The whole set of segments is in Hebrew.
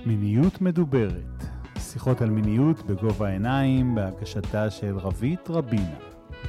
מיניות מדוברת, שיחות על מיניות בגובה העיניים, בהגשתה של רבית רבינה.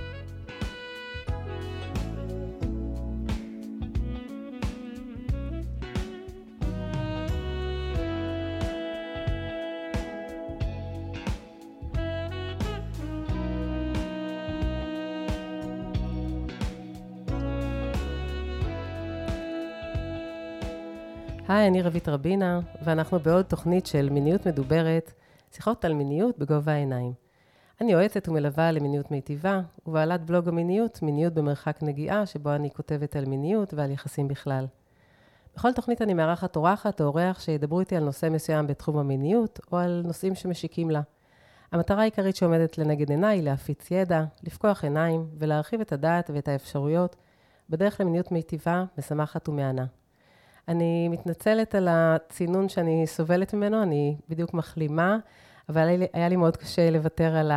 היי, אני רבית רבינה, ואנחנו בעוד תוכנית של מיניות מדוברת, שיחות על מיניות בגובה העיניים. אני יועצת ומלווה למיניות מיטיבה, ובעלת בלוג המיניות, מיניות במרחק נגיעה, שבו אני כותבת על מיניות ועל יחסים בכלל. בכל תוכנית אני מארחת אורחת או אורח שידברו איתי על נושא מסוים בתחום המיניות, או על נושאים שמשיקים לה. המטרה העיקרית שעומדת לנגד עיניי היא להפיץ ידע, לפקוח עיניים ולהרחיב את הדעת ואת האפשרויות, בדרך למיניות מיטיבה, משמחת ומענה. אני מתנצלת על הצינון שאני סובלת ממנו, אני בדיוק מחלימה, אבל היה לי מאוד קשה לוותר על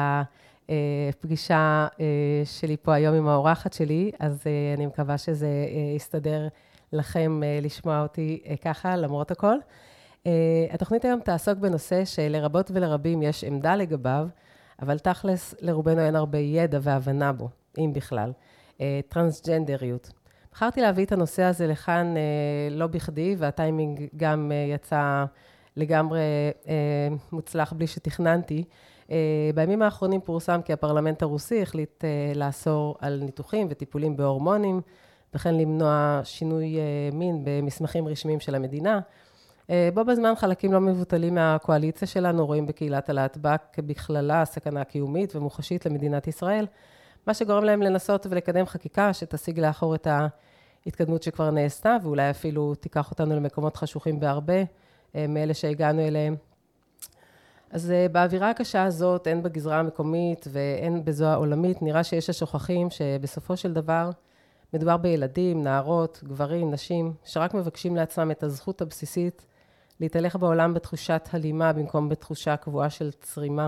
הפגישה שלי פה היום עם האורחת שלי, אז אני מקווה שזה יסתדר לכם לשמוע אותי ככה, למרות הכל. התוכנית היום תעסוק בנושא שלרבות ולרבים יש עמדה לגביו, אבל תכלס לרובנו אין הרבה ידע והבנה בו, אם בכלל. טרנסג'נדריות. בחרתי להביא את הנושא הזה לכאן לא בכדי, והטיימינג גם יצא לגמרי מוצלח בלי שתכננתי. בימים האחרונים פורסם כי הפרלמנט הרוסי החליט לאסור על ניתוחים וטיפולים בהורמונים, וכן למנוע שינוי מין במסמכים רשמיים של המדינה. בו בזמן חלקים לא מבוטלים מהקואליציה שלנו רואים בקהילת הלהטב"ק בכללה סכנה קיומית ומוחשית למדינת ישראל, מה שגורם להם לנסות ולקדם חקיקה שתשיג לאחור את ההתקדמות שכבר נעשתה, ואולי אפילו תיקח אותנו למקומות חשוכים בהרבה, מאלה שהגענו אליהם. אז באווירה הקשה הזאת, הן בגזרה המקומית והן בזו העולמית, נראה שיש השוכחים שבסופו של דבר מדובר בילדים, נערות, גברים, נשים, שרק מבקשים לעצמם את הזכות הבסיסית להתהלך בעולם בתחושת הלימה במקום בתחושה קבועה של צרימה.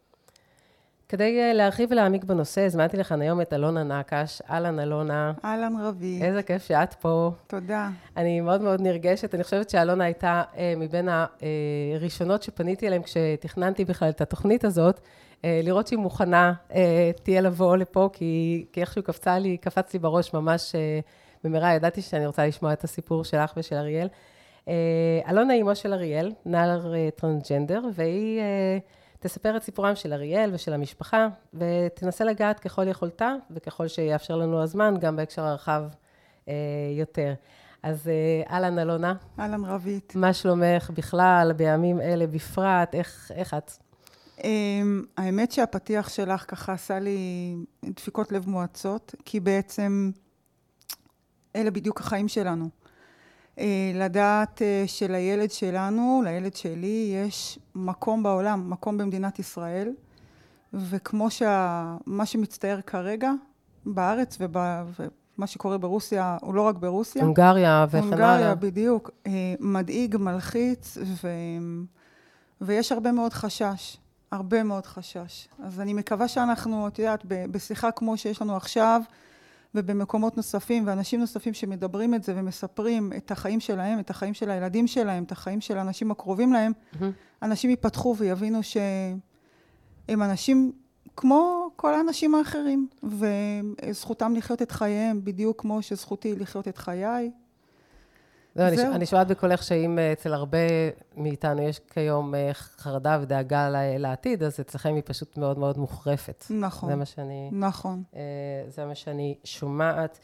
כדי להרחיב ולהעמיק בנושא, הזמנתי לכאן היום את אלונה נקש. אהלן אלונה. אהלן רבית. איזה כיף שאת פה. תודה. אני מאוד מאוד נרגשת. אני חושבת שאלונה הייתה מבין הראשונות שפניתי אליהם כשתכננתי בכלל את התוכנית הזאת, לראות שהיא מוכנה תהיה לבוא לפה, כי איכשהו קפץ לי בראש ממש במהרה, ידעתי שאני רוצה לשמוע את הסיפור שלך ושל אריאל. אלונה היא אמו של אריאל, נער טרנסג'נדר, והיא תספר את סיפורם של אריאל ושל המשפחה, ותנסה לגעת ככל יכולתה, וככל שיאפשר לנו הזמן, גם בהקשר הרחב יותר. אז אהלן אלונה. אהלן רבית. מה שלומך בכלל, בימים אלה בפרט, איך את? האמת שהפתיח שלך ככה עשה לי דפיקות לב מואצות, כי בעצם אלה בדיוק החיים שלנו. לדעת שלילד שלנו, לילד שלי, יש מקום בעולם, מקום במדינת ישראל, וכמו מה שמצטייר כרגע בארץ ומה שקורה ברוסיה, הוא לא רק ברוסיה. הונגריה וכן הלאה. הונגריה, בדיוק. מדאיג, מלחיץ, ויש הרבה מאוד חשש. הרבה מאוד חשש. אז אני מקווה שאנחנו, את יודעת, בשיחה כמו שיש לנו עכשיו, ובמקומות נוספים, ואנשים נוספים שמדברים את זה ומספרים את החיים שלהם, את החיים של הילדים שלהם, את החיים של האנשים הקרובים להם, אנשים ייפתחו ויבינו שהם אנשים כמו כל האנשים האחרים, וזכותם לחיות את חייהם בדיוק כמו שזכותי לחיות את חיי. אני שומעת בקולך שאם אצל הרבה מאיתנו יש כיום חרדה ודאגה לעתיד, אז אצלכם היא פשוט מאוד מאוד מוחרפת. נכון. זה מה שאני שומעת.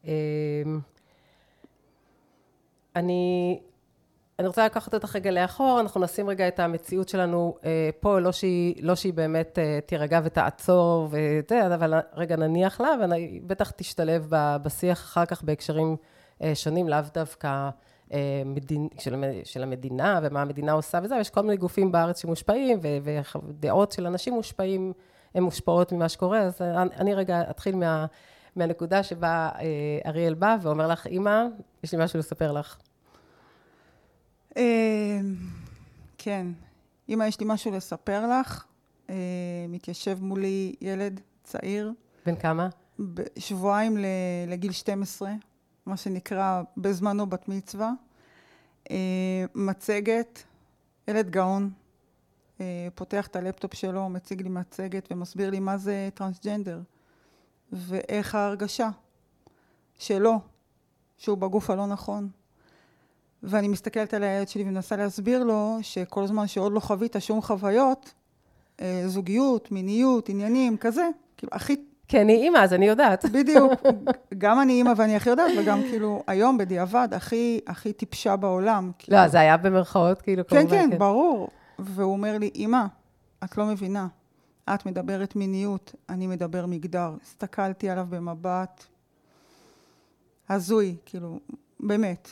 אני רוצה לקחת אותך רגע לאחור, אנחנו נשים רגע את המציאות שלנו פה, לא שהיא באמת תירגע ותעצור וזה, אבל רגע נניח לה, ובטח תשתלב בשיח אחר כך בהקשרים שונים, לאו דווקא של המדינה ומה המדינה עושה וזה, ויש כל מיני גופים בארץ שמושפעים, ודעות של אנשים מושפעים, הן מושפעות ממה שקורה, אז אני רגע אתחיל מהנקודה שבה אריאל בא ואומר לך, אמא, יש לי משהו לספר לך. כן, אמא, יש לי משהו לספר לך. מתיישב מולי ילד צעיר. בן כמה? שבועיים לגיל 12, מה שנקרא בזמנו בת מצווה. מצגת ילד גאון, פותח את הלפטופ שלו, מציג לי מצגת ומסביר לי מה זה טרנסג'נדר, ואיך ההרגשה שלו, שהוא בגוף הלא נכון. ואני מסתכלת על הילד שלי ומנסה להסביר לו שכל זמן שעוד לא חווית שום חוויות, זוגיות, מיניות, עניינים, כזה, כאילו הכי... כי אני אימא, אז אני יודעת. בדיוק, גם אני אימא ואני הכי יודעת, וגם כאילו היום בדיעבד הכי טיפשה בעולם. לא, זה היה במרכאות, כאילו, כמובן. כן, כן, ברור. והוא אומר לי, אימא, את לא מבינה, את מדברת מיניות, אני מדבר מגדר. הסתכלתי עליו במבט הזוי, כאילו, באמת.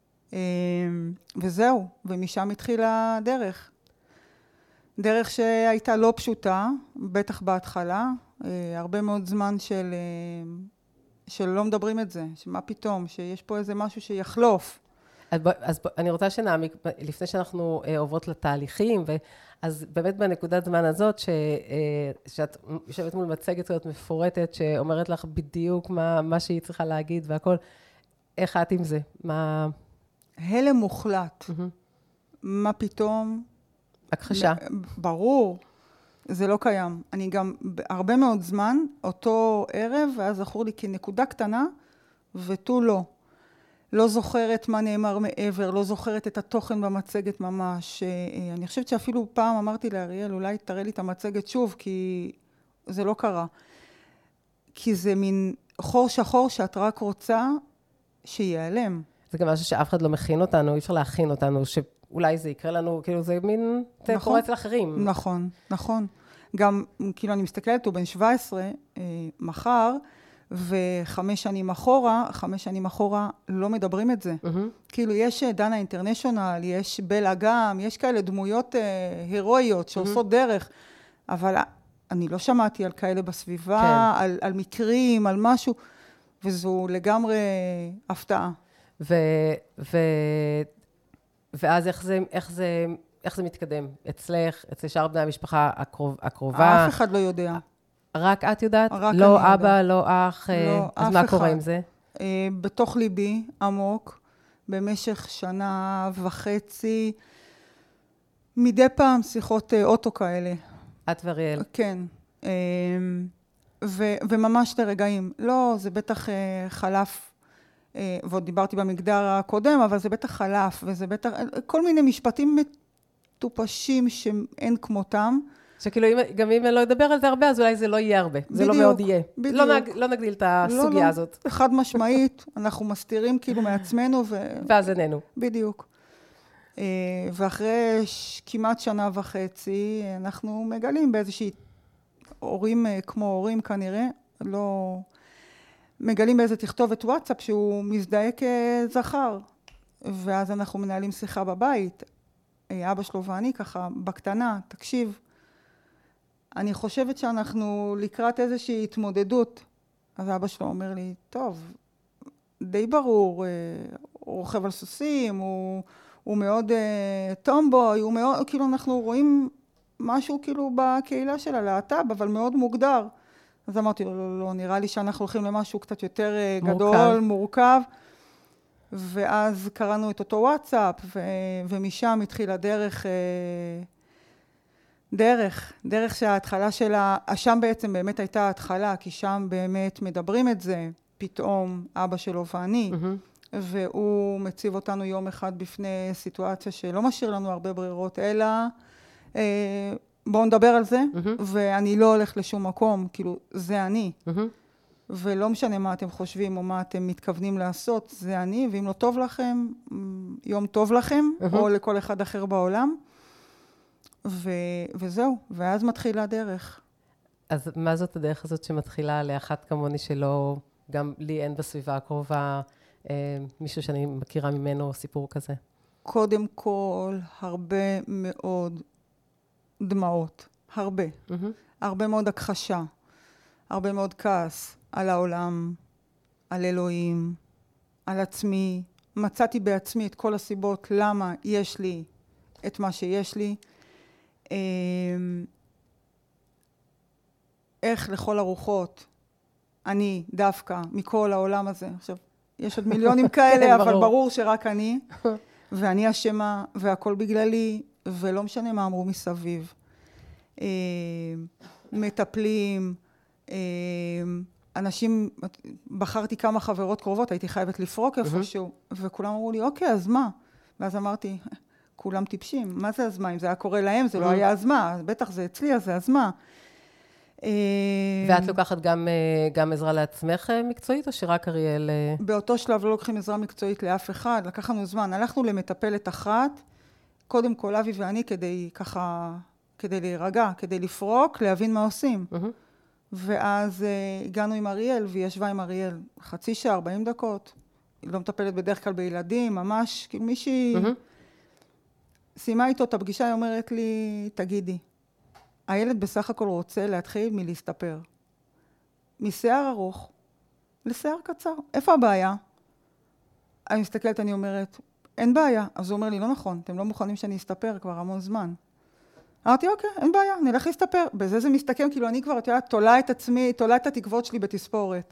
וזהו, ומשם התחילה דרך. דרך שהייתה לא פשוטה, בטח בהתחלה, הרבה מאוד זמן של לא מדברים את זה, שמה פתאום, שיש פה איזה משהו שיחלוף. אז אני רוצה שנעמיק, לפני שאנחנו עוברות לתהליכים, אז באמת בנקודת זמן הזאת, שאת יושבת מול מצגת כזאת מפורטת, שאומרת לך בדיוק מה שהיא צריכה להגיד והכל, איך את עם זה? מה... הלם מוחלט. מה פתאום? הכחשה. ברור. זה לא קיים. אני גם הרבה מאוד זמן, אותו ערב, ואז זכור לי כנקודה קטנה, ותו לא. לא זוכרת מה נאמר מעבר, לא זוכרת את התוכן במצגת ממש. אני חושבת שאפילו פעם אמרתי לאריאל, אולי תראה לי את המצגת שוב, כי זה לא קרה. כי זה מין חור שחור שאת רק רוצה שיעלם. זה גם משהו שאף אחד לא מכין אותנו, אי אפשר להכין אותנו, שאולי זה יקרה לנו, כאילו זה מין, זה קורה אצל אחרים. נכון, נכון. גם, כאילו אני מסתכלת, הוא בן 17, מחר, ו5 שנים אחורה לא מדברים את זה. כאילו יש דנה אינטרנשיונל, יש בל אגם, יש כאלה דמויות הירואיות שעושות דרך, אבל אני לא שמעתי על כאלה בסביבה, על מקרים, על משהו, וזו לגמרי הפתעה. ואז איך זה מתקדם? אצלך, אצל שאר בני המשפחה הקרובה? אף אחד לא יודע. רק את יודעת? רק אני לא יודעת. אבא, לא אח? לא, אז אף מה אחד. קורה עם זה? בתוך ליבי, עמוק, במשך 1.5 שנה, מדי פעם שיחות אוטו כאלה. את ואריאל. כן. וממש לרגעים. לא, זה בטח חלף, ועוד דיברתי במגדר הקודם, אבל זה בטח חלף, וזה בטח, כל מיני משפטים מטופשים שאין כמותם. שכאילו, גם אם אני לא אדבר על זה הרבה, אז אולי זה לא יהיה הרבה. זה לא מאוד יהיה. לא נגדיל את הסוגיה הזאת. חד משמעית, אנחנו מסתירים כאילו מעצמנו. ואז עינינו. בדיוק. ואחרי כמעט 1.5 שנה, אנחנו מגלים באיזושהי, הורים כמו הורים כנראה, לא... מגלים באיזה תכתובת וואטסאפ שהוא מזדהה כזכר. ואז אנחנו מנהלים שיחה בבית. אבא שלו ואני ככה, בקטנה, תקשיב, אני חושבת שאנחנו לקראת איזושהי התמודדות. אז אבא שלו אומר לי, טוב, די ברור, הוא רוכב על סוסים, הוא מאוד טומבוי, הוא מאוד, כאילו אנחנו רואים משהו כאילו בקהילה של הלהט"ב, אבל מאוד מוגדר. אז אמרתי לו, לא, נראה לי שאנחנו הולכים למשהו קצת יותר גדול, מורכב. ואז קראנו את אותו וואטסאפ, ומשם התחילה דרך שההתחלה שלה, שם בעצם באמת הייתה ההתחלה, כי שם באמת מדברים את זה, פתאום אבא שלו ואני, והוא מציב אותנו יום אחד בפני סיטואציה שלא משאיר לנו הרבה ברירות, אלא בואו נדבר על זה, ואני לא הולך לשום מקום, כאילו זה אני. ולא משנה מה אתם חושבים או מה אתם מתכוונים לעשות, זה אני, ואם לא טוב לכם, יום טוב לכם, או לכל אחד אחר בעולם. וזהו, ואז מתחילה הדרך. אז מה זאת הדרך הזאת שמתחילה לאחת כמוני שלא, גם לי אין בסביבה הקרובה, מישהו שאני מכירה ממנו סיפור כזה? קודם כל, הרבה מאוד דמעות. הרבה. הרבה מאוד הכחשה. הרבה מאוד כעס על העולם, על אלוהים, על עצמי. מצאתי בעצמי את כל הסיבות למה יש לי את מה שיש לי. איך לכל הרוחות אני דווקא מכל העולם הזה. עכשיו, יש עוד מיליונים כאלה, אבל ברור שרק אני. ואני אשמה, והכל בגללי, ולא משנה מה אמרו מסביב. מטפלים, אנשים, בחרתי כמה חברות קרובות, הייתי חייבת לפרוק איפשהו, וכולם אמרו לי, אוקיי, אז מה? ואז אמרתי, כולם טיפשים, מה זה אז מה? אם זה היה קורה להם, זה לא היה אז מה, בטח זה אצלי, אז זה אז מה. ואת לוקחת גם עזרה לעצמך מקצועית, או שרק אריאל? באותו שלב לא לוקחים עזרה מקצועית לאף אחד, לקח לנו זמן, הלכנו למטפלת אחת, קודם כל אבי ואני כדי להירגע, כדי לפרוק, להבין מה עושים. ואז הגענו עם אריאל, והיא ישבה עם אריאל חצי שעה, 40 דקות. היא לא מטפלת בדרך כלל בילדים, ממש, כאילו מישהי סיימה איתו את הפגישה, היא אומרת לי, תגידי, הילד בסך הכל רוצה להתחיל מלהסתפר. משיער ארוך לשיער קצר. איפה הבעיה? אני מסתכלת, אני אומרת, אין בעיה. אז הוא אומר לי, לא נכון, אתם לא מוכנים שאני אסתפר כבר המון זמן. אמרתי, אוקיי, אין בעיה, נלך להסתפר. בזה זה מסתכם, כאילו אני כבר, תולה את עצמי, תולה את התקוות שלי בתספורת.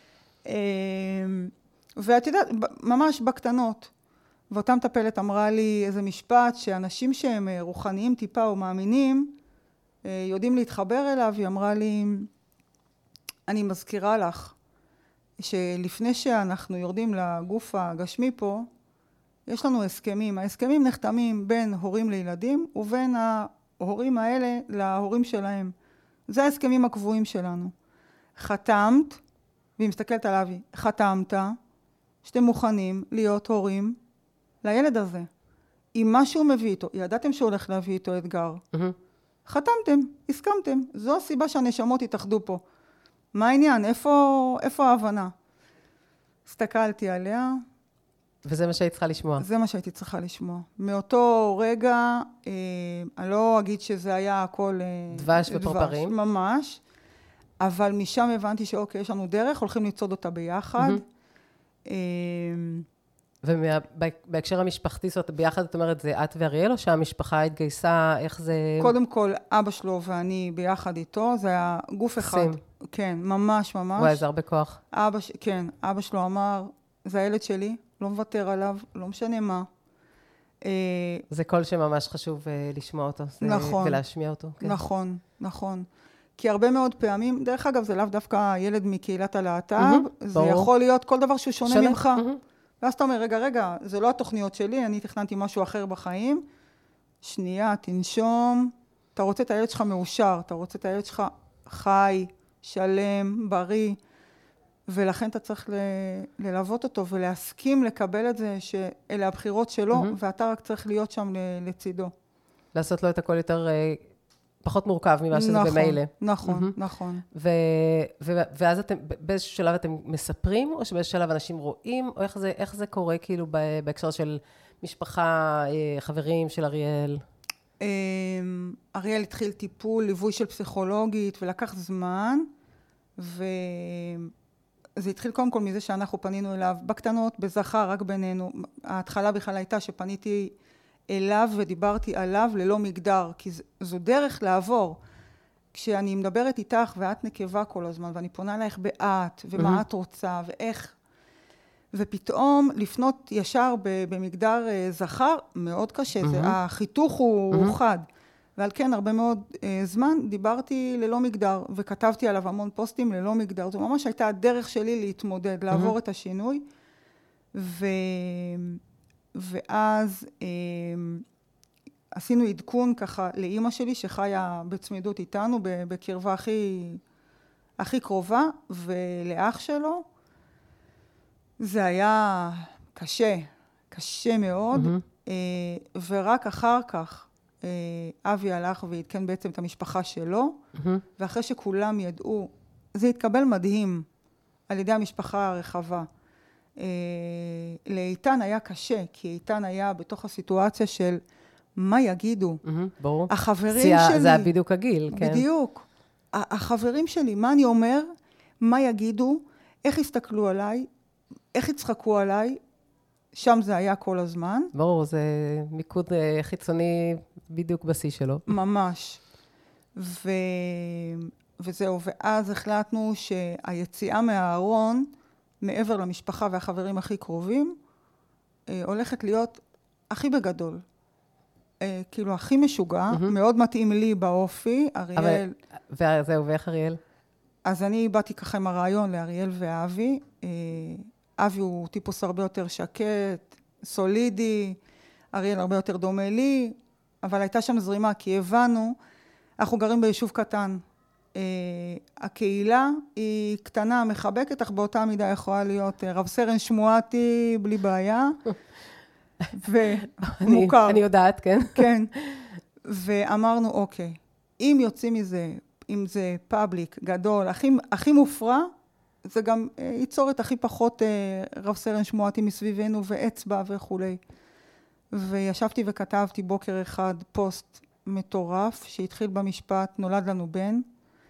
ואת יודעת, ממש בקטנות. ואותה מטפלת אמרה לי איזה משפט, שאנשים שהם רוחניים טיפה או מאמינים, יודעים להתחבר אליו. היא אמרה לי, אני מזכירה לך, שלפני שאנחנו יורדים לגוף הגשמי פה, יש לנו הסכמים. ההסכמים נחתמים בין הורים לילדים, ובין ההורים האלה להורים שלהם. זה ההסכמים הקבועים שלנו. חתמת, והיא מסתכלת על אבי, חתמת, שאתם מוכנים להיות הורים לילד הזה. אם משהו מביא איתו, ידעתם שהוא הולך להביא איתו אתגר. חתמתם, הסכמתם. זו הסיבה שהנשמות התאחדו פה. מה העניין? איפה ההבנה? הסתכלתי עליה. וזה מה שהיית צריכה לשמוע. זה מה שהייתי צריכה לשמוע. מאותו רגע, אני לא אגיד שזה היה הכל דבש ופרפרים. ממש. אבל משם הבנתי שאוקיי, יש לנו דרך, הולכים לצעוד אותה ביחד. ובהקשר המשפחתי, זאת אומרת, ביחד את אומרת, זה את ואריאל, או שהמשפחה התגייסה, איך זה? קודם כל, אבא שלו ואני ביחד איתו, זה היה גוף אחד. כן, ממש ממש. וואי, זה הרבה כוח. כן, אבא שלו אמר, זה הילד שלי, לא מוותר עליו, לא משנה מה. זה קול שממש חשוב לשמוע אותו. נכון. ולהשמיע אותו. נכון, נכון. כי הרבה מאוד פעמים, דרך אגב, זה לאו דווקא ילד מקהילת הלהט"ב, זה יכול להיות כל דבר שהוא שונה ממך. ואז אתה אומר, רגע, זה לא התוכניות שלי, אני תכננתי משהו אחר בחיים. שנייה, תנשום. אתה רוצה את הילד שלך מאושר, אתה רוצה את הילד שלך חי, שלם, בריא, ולכן אתה צריך ללוות אותו ולהסכים לקבל את זה שאלה הבחירות שלו, ואתה רק צריך להיות שם לצידו. לעשות לו את הכל יותר פחות מורכב ממה שזה במילא. נכון, נכון. ואז באיזשהו שלב אתם מספרים, או שבאיזשהו שלב אנשים רואים, או איך זה קורה כאילו בהקשר של משפחה, חברים של אריאל? אריאל התחיל טיפול, ליווי של פסיכולוגית, ולקח זמן, וזה התחיל קודם כל מזה שאנחנו פנינו אליו, בקטנות, בזכר, רק בינינו. ההתחלה בכלל הייתה שפניתי אליו ודיברתי עליו ללא מגדר, כי זו דרך לעבור. כשאני מדברת איתך ואת נקבה כל הזמן, ואני פונה אלייך באת, ומה את רוצה, ואיך, ופתאום לפנות ישר במגדר זכר, מאוד קשה, החיתוך הוא חד. ועל כן הרבה מאוד זמן דיברתי ללא מגדר, וכתבתי עליו המון פוסטים ללא מגדר. זו ממש הייתה הדרך שלי להתמודד, לעבור את השינוי. ואז עשינו עדכון ככה לאמא שלי, שחיה בצמידות איתנו, בקרבה הכי קרובה, ולאח שלו. זה היה קשה מאוד, ורק אחר כך אבי הלך והתקן בעצם את המשפחה שלו, ואחרי שכולם ידעו, זה התקבל מדהים על ידי המשפחה הרחבה. לאיתן היה קשה, כי איתן היה בתוך הסיטואציה של מה יגידו. ברור. החברים שלי. זה היה בדיוק הגיל, כן. בדיוק. החברים שלי, מה אני אומר, מה יגידו, איך יסתכלו עליי, איך יצחקו עליי, שם זה היה כל הזמן. ברור, זה מיקוד חיצוני בדיוק בשיא שלו. ממש. וזהו, ואז החלטנו שהיציאה מהארון, מעבר למשפחה והחברים הכי קרובים, הולכת להיות הכי בגדול. כאילו הכי משוגע, מאוד מתאים לי באופי, אריאל. וזהו, ואיך אריאל? אז אני באתי ככה עם הרעיון לאריאל ואבי. אבי הוא טיפוס הרבה יותר שקט, סולידי, אריאל הרבה יותר דומה לי, אבל הייתה שם זרימה, כי הבנו, אנחנו גרים ביישוב קטן. הקהילה היא קטנה, מחבקת, אך באותה מידה יכולה להיות רב סרן שמואתי בלי בעיה, ומוכר. אני יודעת, כן. כן. ואמרנו, אוקיי, אם יוצאים מזה, אם זה פאבליק גדול, הכי מופרע, זה גם ייצור את הכי פחות רב סרן שמואתי מסביבנו ואצבע וכו'. וישבתי וכתבתי בוקר אחד פוסט מטורף, שהתחיל במשפט, נולד לנו בן.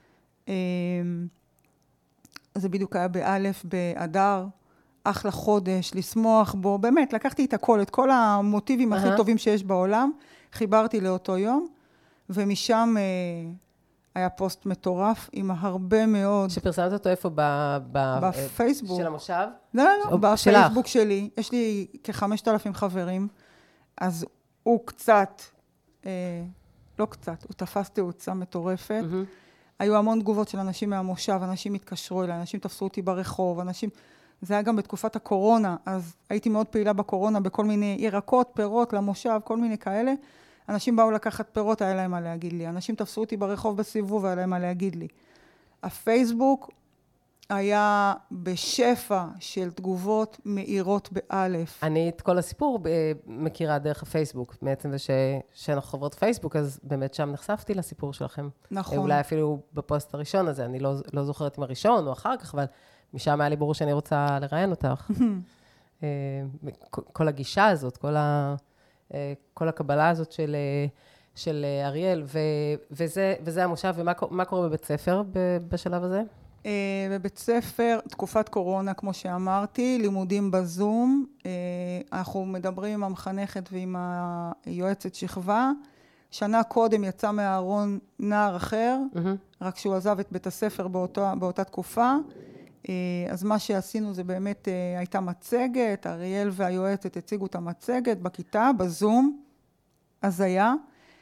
זה בדיוק היה באלף, באדר, אחלה חודש, לשמוח בו. באמת, לקחתי את הכל, את כל המוטיבים הכי טובים שיש בעולם, חיברתי לאותו יום, ומשם היה פוסט מטורף עם הרבה מאוד... שפרסמת אותו איפה? בפייסבוק. של המושב? לא, בפייסבוק שלי. יש לי כ-5,000 חברים, אז הוא קצת, לא קצת, הוא תפס תאוצה מטורפת. היו המון תגובות של אנשים מהמושב, אנשים התקשרו אליי, אנשים תפסו אותי ברחוב, אנשים... זה היה גם בתקופת הקורונה, אז הייתי מאוד פעילה בקורונה, בכל מיני ירקות, פירות, למושב, כל מיני כאלה. אנשים באו לקחת פירות, היה להם מה להגיד לי. אנשים תפסו אותי ברחוב בסיבוב, היה להם מה להגיד לי. הפייסבוק היה בשפע של תגובות מהירות באלף. אני את כל הסיפור מכירה דרך הפייסבוק. בעצם זה שאנחנו חברות פייסבוק, אז באמת שם נחשפתי לסיפור שלכם. נכון. אולי אפילו בפוסט הראשון הזה, אני לא זוכרת אם הראשון או אחר כך, אבל משם היה לי ברור שאני רוצה לראיין אותך. כל הגישה הזאת, כל הקבלה הזאת של אריאל, וזה המושב, ומה קורה בבית ספר בשלב הזה? בבית ספר, תקופת קורונה, כמו שאמרתי, לימודים בזום, אנחנו מדברים עם המחנכת ועם היועצת שכבה. שנה קודם יצא מהארון נער אחר, רק שהוא עזב את בית הספר באותה תקופה. אז מה שעשינו זה באמת הייתה מצגת, אריאל והיועצת הציגו את המצגת בכיתה, בזום, אז היה.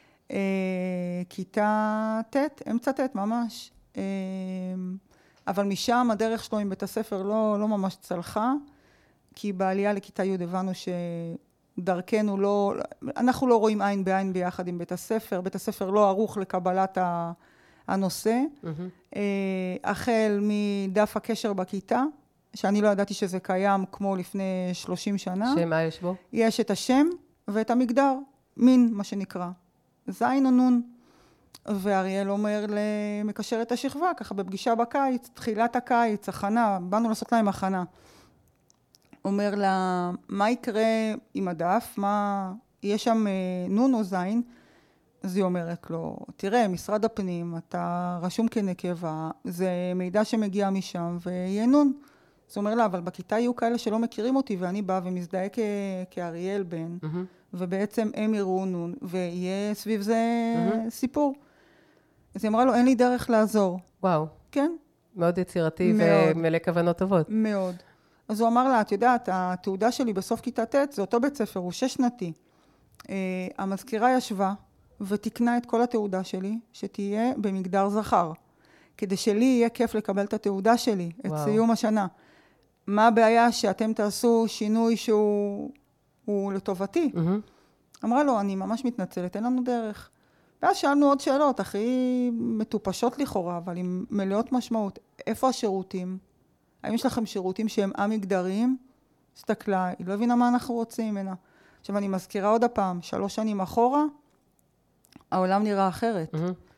כיתה ט', אמצע ט' ממש. אבל משם הדרך שלו עם בית הספר לא ממש צלחה, כי בעלייה לכיתה י' הבנו שדרכנו אנחנו לא רואים עין בעין ביחד עם בית הספר, בית הספר לא ערוך לקבלת הנושא, החל מדף הקשר בכיתה, שאני לא ידעתי שזה קיים כמו לפני 30 שנה. שמה יש בו? יש את השם ואת המגדר, מין מה שנקרא, זין או נון. ואריאל אומר למקשר את השכבה, ככה בפגישה בקיץ, תחילת הקיץ, הכנה, באנו לעשות להם הכנה. אומר לה, מה יקרה עם הדף? יש שם נון או זין? אז היא אומרת לו, תראה, משרד הפנים, אתה רשום כנקבה, זה מידע שמגיע משם, ויהיה נון. אז הוא אומר לה, אבל בכיתה יהיו כאלה שלא מכירים אותי, ואני באה ומזדהה כאריאל בן, ובעצם הם יראו נון, ויהיה סביב זה סיפור. אז היא אמרה לו, אין לי דרך לעזור. וואו. כן. מאוד יצירתי ומלא כוונות טובות. מאוד. אז הוא אמר לה, את יודעת, התעודה שלי בסוף כיתה ט', זה אותו בית ספר, הוא 6 שנתי. המזכירה ישבה, ותקנה את כל התעודה שלי, שתהיה במגדר זכר, כדי שלי יהיה כיף לקבל את התעודה שלי, את סיום השנה. מה הבעיה שאתם תעשו שינוי שהוא לטובתי? אמרה לו, אני ממש מתנצלת, אין לנו דרך. ואז שאלנו עוד שאלות, הכי מטופשות לכאורה, אבל עם מלאות משמעות. איפה השירותים? האם יש לכם שירותים שהם המגדריים? הסתכלה, היא לא הבינה מה אנחנו רוצים ממנה. עכשיו אני מזכירה עוד הפעם, 3 שנים אחורה, העולם נראה אחרת.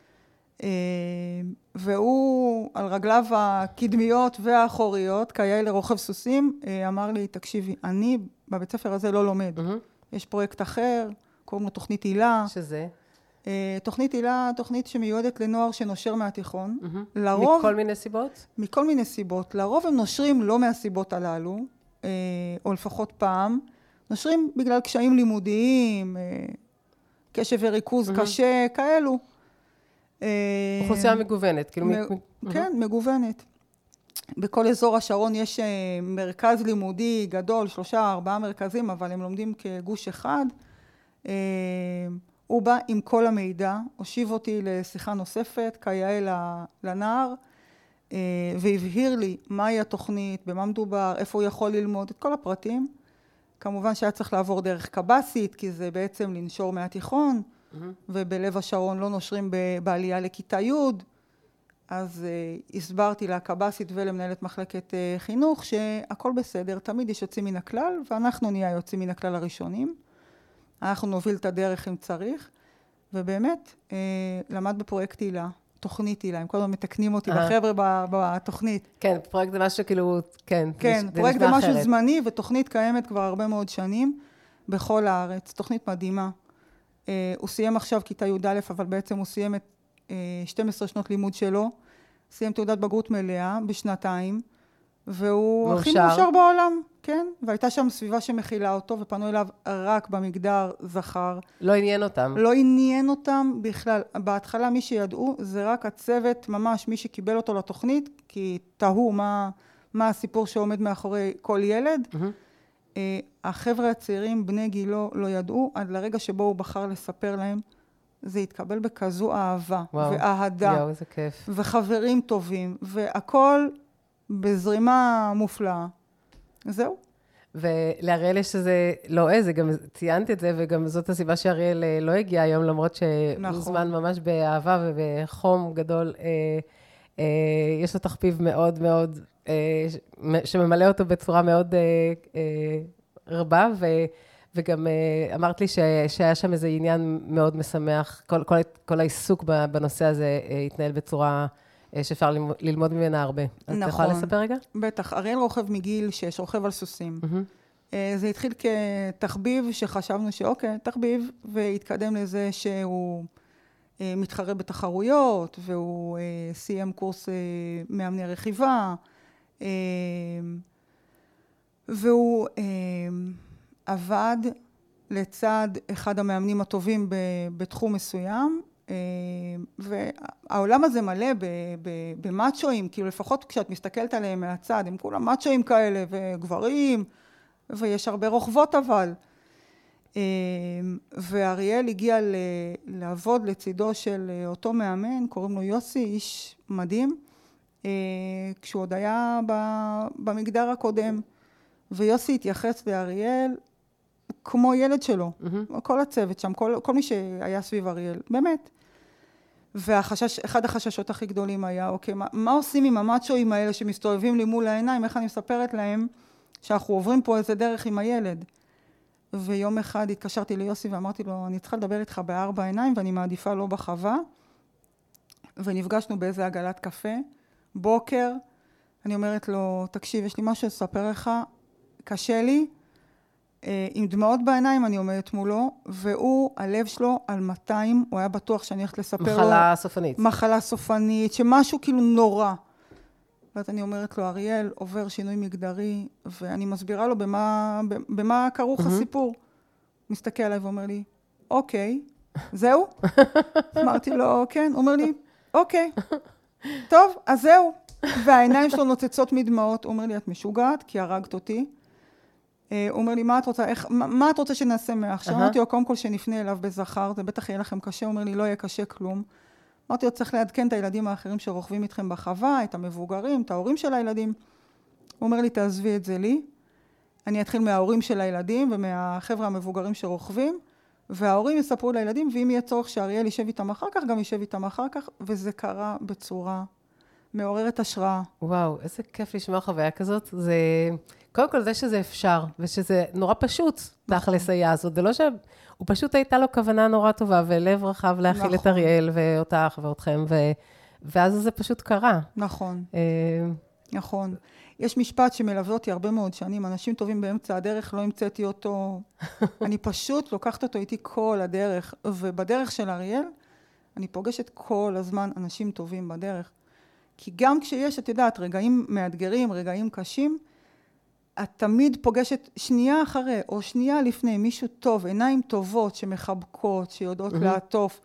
והוא על רגליו הקדמיות והאחוריות, כיאה לרוכב סוסים, אמר לי, תקשיבי, אני בבית ספר הזה לא לומד. יש פרויקט אחר, קוראים לו תוכנית הילה. שזה? תוכנית הילה, תוכנית שמיועדת לנוער שנושר מהתיכון. לרוב, מכל מיני סיבות? מכל מיני סיבות. לרוב הם נושרים לא מהסיבות הללו, או לפחות פעם. נושרים בגלל קשיים לימודיים, קשב וריכוז קשה, כאלו. אוכלוסייה מגוונת. כן, מגוונת. בכל אזור השרון יש מרכז לימודי גדול, 3-4 מרכזים, אבל הם לומדים כגוש אחד. הוא בא עם כל המידע, הושיב אותי לשיחה נוספת, כיאה לנער, והבהיר לי מהי התוכנית, במה מדובר, איפה הוא יכול ללמוד, את כל הפרטים. כמובן שהיה צריך לעבור דרך קב"סית, כי זה בעצם לנשור מהתיכון, ובלב השרון לא נושרים בעלייה לכיתה י'. אז הסברתי לקב"סית ולמנהלת מחלקת חינוך שהכל בסדר, תמיד יש יוצאים מן הכלל, ואנחנו נהיה יוצאים מן הכלל הראשונים. אנחנו נוביל את הדרך אם צריך, ובאמת למד בפרויקט הילה, תוכנית הילה, הם כל הזמן מתקנים אותי בחבר'ה בתוכנית. כן, פרויקט זה משהו כאילו, כן. כן, פרויקט זה משהו זמני, ותוכנית קיימת כבר הרבה מאוד שנים בכל הארץ, תוכנית מדהימה. הוא סיים עכשיו כיתה י"א, אבל בעצם הוא סיים את 12 שנות לימוד שלו, סיים תעודת בגרות מלאה בשנתיים, והוא הכי מאושר בעולם, כן? והייתה שם סביבה שמכילה אותו, ופנו אליו רק במגדר זכר. לא עניין אותם. לא עניין אותם בכלל. בהתחלה מי שידעו, זה רק הצוות, ממש מי שקיבל אותו לתוכנית, כי תהו מה הסיפור שעומד מאחורי כל ילד. החבר'ה הצעירים, בני גילו, לא ידעו, עד לרגע שבו הוא בחר לספר להם, זה התקבל בכזו אהבה ואהדה. וואו, איזה כיף. וחברים טובים, והכל בזרימה מופלאה. זהו. ולאריאל יש שזה, זה גם ציינתי את זה, וגם זאת הסיבה שאריאל לא הגיע היום, למרות שהוזמן ממש באהבה ובחום גדול. יש לו תחביב מאוד מאוד, שממלא אותו בצורה מאוד רבה, וגם אמרת לי שהיה שם איזה עניין מאוד משמח, כל העיסוק בנושא הזה התנהל בצורה שאפשר ללמוד ממנה הרבה. אז אתה יכולה לספר רגע? בטח, אריאל רוכב מגיל 6, רוכב על סוסים. זה התחיל כתחביב שחשבנו שאוקיי, תחביב, והתקדם לזה שהוא מתחרה בתחרויות, והוא סיים קורס מאמני רכיבה, והוא עבד לצד אחד המאמנים הטובים בתחום מסוים, והעולם הזה מלא במאצ'ואים, כאילו לפחות כשאת מסתכלת עליהם מהצד, הם כולם מאצ'ואים כאלה וגברים, ויש הרבה רוכבות אבל. ואריאל הגיע לעבוד לצידו של אותו מאמן, קוראים לו יוסי, איש מדהים, כשהוא עוד היה במגדר הקודם, ויוסי התייחס לאריאל כמו ילד שלו, כל הצוות שם, כל מי שהיה סביב אריאל, באמת. ואחד החששות הכי גדולים היה, אוקיי, מה עושים עם המאצ'ואים האלה שמסתובבים לי מול העיניים, איך אני מספרת להם שאנחנו עוברים פה איזה דרך עם הילד. ויום אחד התקשרתי ליוסי ואמרתי לו, אני צריכה לדבר איתך בארבע עיניים, ואני מעדיפה לא בחווה. ונפגשנו באיזה עגלת קפה, בוקר, אני אומרת לו, תקשיב, יש לי משהו לספר לך, קשה לי, עם דמעות בעיניים אני עומדת מולו, והוא, הלב שלו על 200, הוא היה בטוח שאני הולכת לספר לו. מחלה סופנית. מחלה סופנית, שמשהו כאילו נורא. ואז אני אומרת לו, אריאל עובר שינוי מגדרי, ואני מסבירה לו במה כרוך הסיפור. מסתכל עליי ואומר לי, אוקיי, זהו? אמרתי לו, כן. הוא אומר לי, אוקיי, טוב, אז זהו. והעיניים שלו נוצצות מדמעות. הוא אומר לי, את משוגעת, כי הרגת אותי. הוא אומר לי, מה את רוצה שנעשה מעכשיו? אמרתי לו, קודם כל שנפנה אליו בזכר, זה בטח יהיה לכם קשה. הוא אומר לי, לא יהיה קשה כלום. אמרתי לו, צריך לעדכן את הילדים האחרים שרוכבים איתכם בחווה, את המבוגרים, את ההורים של הילדים. הוא אומר לי, תעזבי את זה לי. אני אתחיל מההורים של הילדים ומהחבר'ה המבוגרים שרוכבים, וההורים יספרו לילדים, ואם יהיה צורך שאריאל יישב איתם אחר כך, גם יישב איתם אחר כך, וזה קרה בצורה מעוררת השראה. וואו, איזה כיף לשמוע חוויה כזאת. זה, קודם כל זה שזה אפשר, ושזה נורא פשוט, תכלס היה זאת. זה לא שהוא פשוט הייתה לו כוונה נורא טובה, ולב רחב להכיל את אריאל ואותך ואותכם, ואז זה פשוט קרה. נכון. נכון. יש משפט שמלווה אותי הרבה מאוד שנים, אנשים טובים באמצע הדרך, לא המצאתי אותו. אני פשוט לוקחת אותו איתי כל הדרך, ובדרך של אריאל, אני פוגשת כל הזמן אנשים טובים בדרך. כי גם כשיש, את יודעת, רגעים מאתגרים, רגעים קשים, את תמיד פוגשת שנייה אחרי, או שנייה לפני, מישהו טוב, עיניים טובות שמחבקות, שיודעות לעטוף.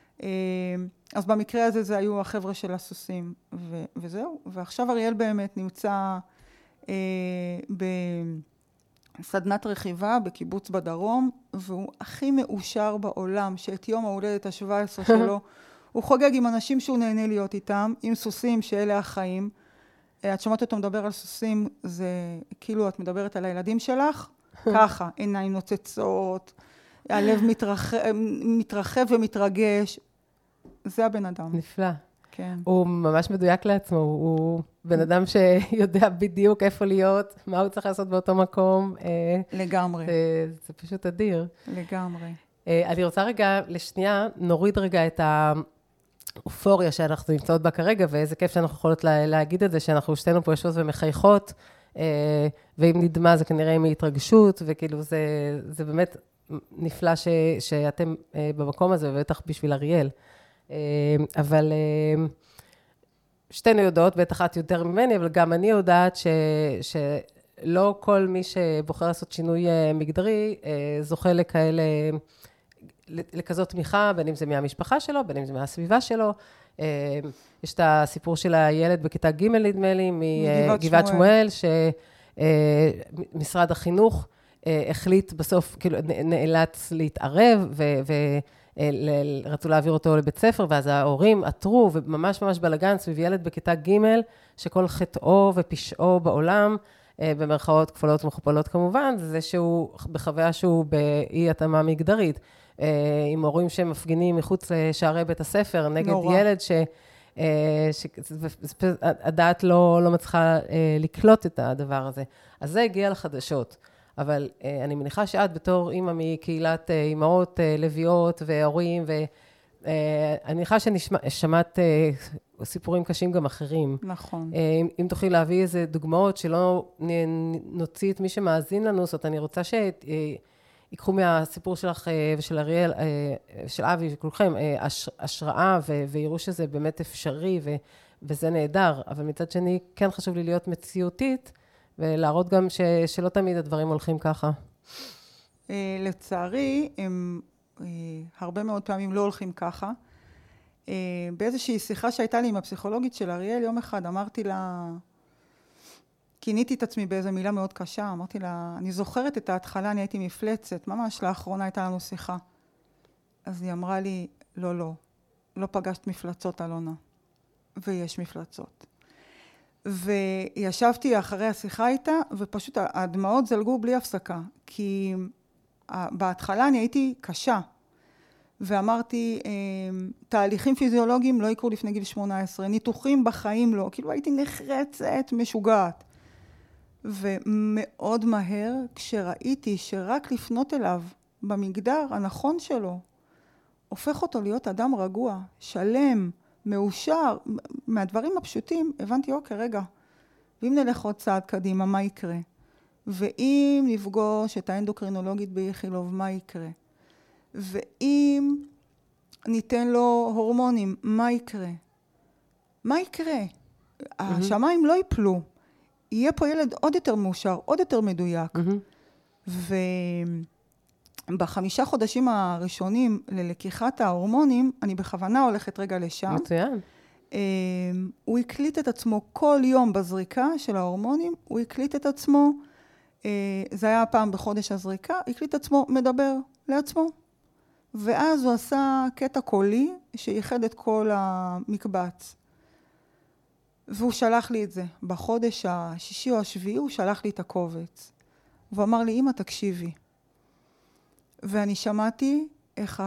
אז במקרה הזה זה היו החבר'ה של הסוסים, וזהו. ועכשיו אריאל באמת נמצא סדנת רכיבה בקיבוץ בדרום, והוא הכי מאושר בעולם, שאת יום ההולדת ה-17 שלו, הוא חוגג עם אנשים שהוא נהנה להיות איתם, עם סוסים שאלה החיים. את שמעת אותו מדבר על סוסים, זה כאילו את מדברת על הילדים שלך, ככה, עיניים נוצצות, הלב מתרחב ומתרגש, זה הבן אדם. נפלא. כן. הוא ממש מדויק לעצמו, הוא בן אדם שיודע בדיוק איפה להיות, מה הוא צריך לעשות באותו מקום. לגמרי. זה פשוט אדיר. לגמרי. אני רוצה רגע, לשנייה, נוריד רגע את האופוריה שאנחנו נמצאות בה כרגע, ואיזה כיף שאנחנו יכולות להגיד את זה, שאנחנו שתינו פה יושבות ומחייכות, ואם נדמה זה כנראה מהתרגשות, וכאילו זה באמת נפלא שאתם במקום הזה, ובטח בשביל אריאל. אבל שתינו יודעות, בטח את יותר ממני, אבל גם אני יודעת שלא כל מי שבוחר לעשות שינוי מגדרי, זוכה לכזאת תמיכה, בין אם זה מהמשפחה שלו, בין אם זה מהסביבה שלו. יש את הסיפור של הילד בכיתה ג' נדמה לי, מגבעת שמואל, שמשרד החינוך החליט בסוף, כאילו נאלץ להתערב, רצו להעביר אותו לבית ספר, ואז ההורים עתרו, וממש ממש בלגן סביב ילד בכיתה ג' שכל חטאו ופשעו בעולם, במרכאות כפולות ומכופלות כמובן, זה שהוא בחוויה שהוא באי התאמה מגדרית, עם הורים שמפגינים מחוץ לשערי בית הספר, נגד נורא. ילד שהדעת לא מצליחה לקלוט את הדבר הזה. אז זה הגיע לחדשות. אבל אני מניחה שאת בתור אימא מקהילת אימהות לביאות והורים, ואני מניחה ששמעת סיפורים קשים גם אחרים. נכון. אם תוכלי להביא איזה דוגמאות שלא נוציא את מי שמאזין לנו, זאת אני רוצה שיקחו מהסיפור שלך ושל אריאל, של אבי וכולכם, השראה ויראו שזה באמת אפשרי וזה נהדר, אבל מצד שני כן חשוב לי להיות מציאותית, ולהראות גם שלא תמיד הדברים הולכים ככה. לצערי, הם הרבה מאוד פעמים לא הולכים ככה. באיזושהי שיחה שהייתה לי עם הפסיכולוגית של אריאל, יום אחד אמרתי לה, כיניתי את עצמי באיזו מילה מאוד קשה, אמרתי לה, אני זוכרת את ההתחלה, אני הייתי מפלצת, ממש לאחרונה הייתה לנו שיחה. אז היא אמרה לי, לא פגשת מפלצות, אלונה. ויש מפלצות. וישבתי אחרי השיחה איתה, ופשוט הדמעות זלגו בלי הפסקה, כי בהתחלה אני הייתי קשה, ואמרתי, תהליכים פיזיולוגיים לא יקרו לפני גיל 18, ניתוחים בחיים לא, כאילו הייתי נחרצת, משוגעת. ומאוד מהר, כשראיתי שרק לפנות אליו במגדר הנכון שלו, הופך אותו להיות אדם רגוע, שלם, מאושר, מהדברים הפשוטים, הבנתי, אוקיי, רגע, ואם נלך עוד צעד קדימה, מה יקרה? ואם נפגוש את האנדוקרינולוגית באיכילוב, מה יקרה? ואם ניתן לו הורמונים, מה יקרה? מה יקרה? השמיים לא ייפלו. יהיה פה ילד עוד יותר מאושר, עוד יותר מדויק. ב5 חודשים הראשונים ללקיחת ההורמונים, אני בכוונה הולכת רגע לשם. מצוין. הוא הקליט את עצמו כל יום בזריקה של ההורמונים, הוא הקליט את עצמו, זה היה פעם בחודש הזריקה, הקליט את עצמו מדבר לעצמו. ואז הוא עשה קטע קולי שייחד את כל המקבץ. והוא שלח לי את זה. בחודש השישי או השביעי הוא שלח לי את הקובץ. והוא אמר לי, אמא, תקשיבי. ואני שמעתי איך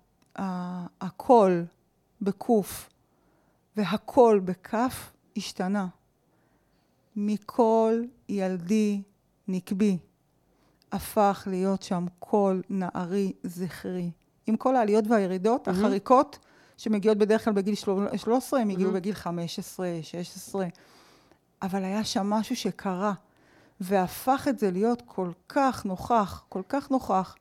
הקול בקוף והקול בכף השתנה. מכל ילדי נקבי הפך להיות שם קול נערי זכרי. עם כל העליות והירידות, החריקות שמגיעות בדרך כלל בגיל 13, הם הגיעו בגיל 15, 16. אבל היה שם משהו שקרה, והפך את זה להיות כל כך נוכח, כל כך נוכח.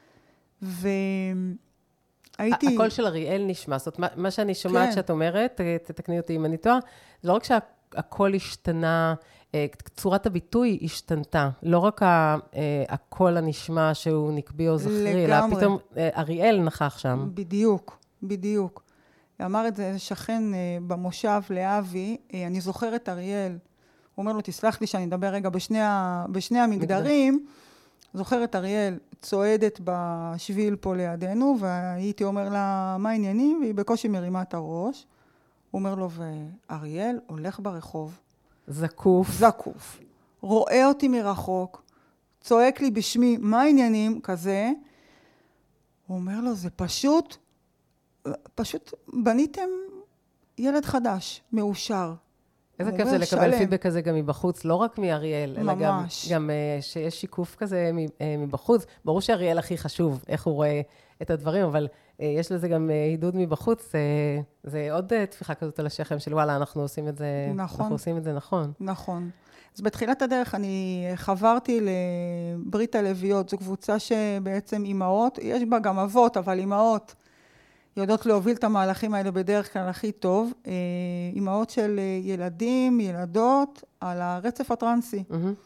והייתי... הקול של אריאל נשמע, זאת אומרת, מה שאני שומעת שאת אומרת, תתקני אותי אם אני טועה, זה לא רק שהקול השתנה, צורת הביטוי השתנתה, לא רק הקול הנשמע שהוא נקבי או זכרי, אלא פתאום אריאל נכח שם. בדיוק, בדיוק. אמר את זה שכן במושב לאבי, אני זוכרת אריאל, הוא אומר לו, תסלח לי שאני אדבר רגע בשני המגדרים, זוכרת אריאל צועדת בשביל פה לידינו, והייתי אומר לה, מה העניינים? והיא בקושי מרימה את הראש. הוא אומר לו, ואריאל הולך ברחוב. זקוף. רואה אותי מרחוק, צועק לי בשמי, מה העניינים? כזה. הוא אומר לו, זה פשוט בניתם ילד חדש, מאושר. איזה כיף זה לקבל פידבק כזה גם מבחוץ, לא רק מאריאל, אלא גם שיש שיקוף כזה מבחוץ. ברור שאריאל הכי חשוב, איך הוא רואה את הדברים, אבל יש לזה גם עידוד מבחוץ, זה עוד תפיחה כזאת על השכם של וואלה, אנחנו עושים את זה נכון. אנחנו עושים את זה נכון. נכון. אז בתחילת הדרך אני חברתי לברית הלוויות, זו קבוצה שבעצם אימהות, יש בה גם אבות, אבל אימהות יודעות להוביל את המהלכים האלה בדרך כלל הכי טוב, אימהות של ילדים, ילדות, על הרצף הטרנסי.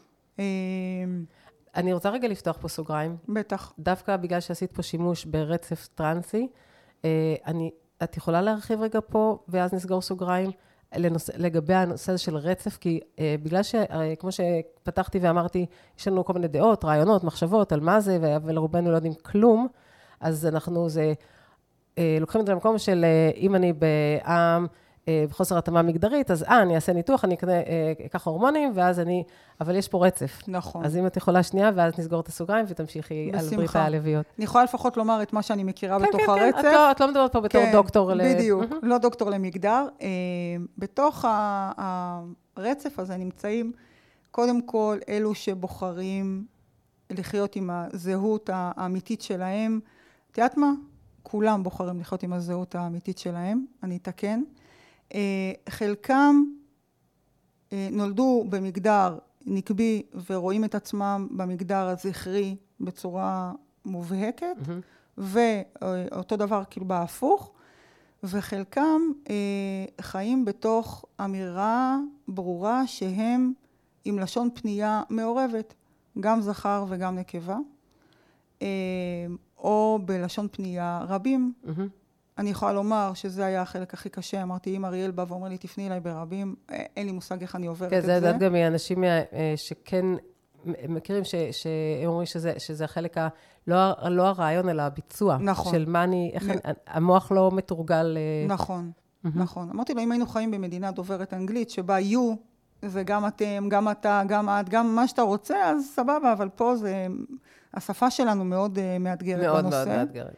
אני רוצה רגע לפתוח פה סוגריים. בטח. דווקא בגלל שעשית פה שימוש ברצף טרנסי, את יכולה להרחיב רגע פה, ואז נסגור סוגריים, לגבי הנושא של רצף, כי בגלל שכמו שפתחתי ואמרתי, יש לנו כל מיני דעות, רעיונות, מחשבות על מה זה, ולרובנו לא יודעים כלום, אז אנחנו לוקחים את זה למקום של אם אני בעם בחוסר התאמה מגדרית, אז אני אעשה ניתוח, אני אקח הורמונים, אבל יש פה רצף. נכון. אז אם את יכולה שנייה, ואז נסגור את הסוגריים, ותמשיכי על ברית הלוויות. אני יכולה לפחות לומר את מה שאני מכירה בתוך הרצף. כן, את לא מדברת פה בתור דוקטור. בדיוק, לא דוקטור למגדר. בתוך הרצף הזה נמצאים, קודם כל, אלו שבוחרים לחיות עם הזהות האמיתית שלהם. את יודעת מה? כולם בוחרים לחיות עם הזהות האמיתית שלהם, אני אתקן. חלקם נולדו במגדר נקבי ורואים את עצמם במגדר הזכרי בצורה מובהקת, ואותו דבר כאילו בהפוך, וחלקם חיים בתוך אמירה ברורה שהם עם לשון פנייה מעורבת, גם זכר וגם נקבה. או בלשון פנייה רבים. אני יכולה לומר שזה היה החלק הכי קשה. אמרתי, אם אריאל בא ואומר לי, תפני אליי ברבים, אין לי מושג איך אני עוברת את זה. כן, זה גם מאנשים שכן מכירים, שהם אומרים שזה החלק לא הרעיון, אלא הביצוע. נכון. של מה המוח לא מתורגל. נכון, נכון. אמרתי לו, אם היינו חיים במדינה דוברת אנגלית, שבה יהיו, זה גם אתם, גם אתה, גם את, גם מה שאתה רוצה, אז סבבה, אבל פה זה... השפה שלנו מאוד מאתגרת בנושא. מאוד מאתגרת.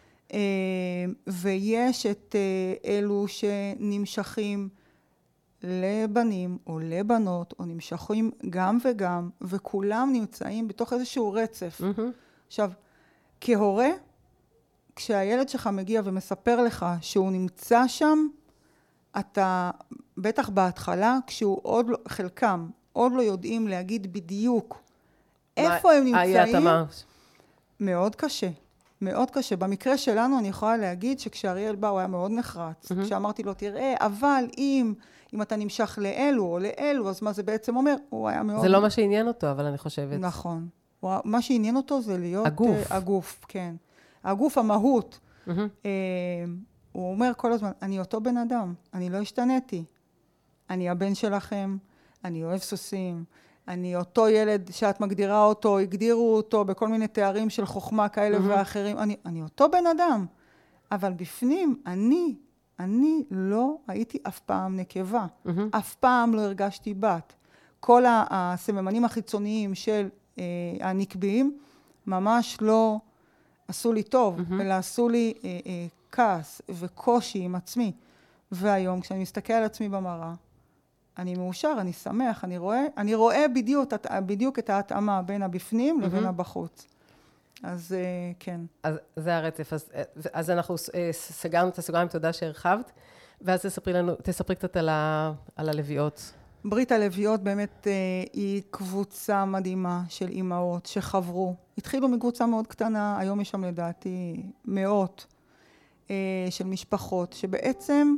ויש את אלו שנמשכים לבנים או לבנות, או נמשכים גם וגם, וכולם נמצאים בתוך איזשהו רצף. עכשיו, כהורה, כשהילד שלך מגיע ומספר לך שהוא נמצא שם, אתה בטח בהתחלה, חלקם עוד לא יודעים להגיד בדיוק, איפה הם נמצאים? מאוד קשה, מאוד קשה. במקרה שלנו אני יכולה להגיד שכשאריאל בא הוא היה מאוד נחרץ. כשאמרתי לו, תראה, אבל אם אתה נמשך לאלו או לאלו, אז מה זה בעצם אומר? הוא היה מאוד... זה לא מה שעניין אותו, אבל אני חושבת. נכון. מה שעניין אותו זה להיות... הגוף. הגוף, כן. הגוף, המהות. הוא אומר כל הזמן, אני אותו בן אדם, אני לא השתניתי. אני הבן שלכם, אני אוהב סוסים, אני אותו ילד שאת מגדירה אותו, הגדירו אותו בכל מיני תארים של חוכמה כאלה ואחרים. אני אותו בן אדם. אבל בפנים, אני לא הייתי אף פעם נקבה. אף פעם לא הרגשתי בת. כל הסממנים החיצוניים של הנקביים ממש לא עשו לי טוב, אלא עשו לי כעס וקושי עם עצמי. והיום כשאני מסתכל על עצמי במראה, אני מאושר, אני שמח, אני רואה בדיוק את ההתאמה בין הבפנים לבין הבחוץ. אז כן. אז זה הרצף. אז אנחנו סגרנו את הסוגריים, תודה שהרחבת, ואז תספרי קצת על הלוויות. ברית הלוויות באמת היא קבוצה מדהימה של אימהות שחברו. התחילו מקבוצה מאוד קטנה, היום יש שם לדעתי מאות של משפחות, שבעצם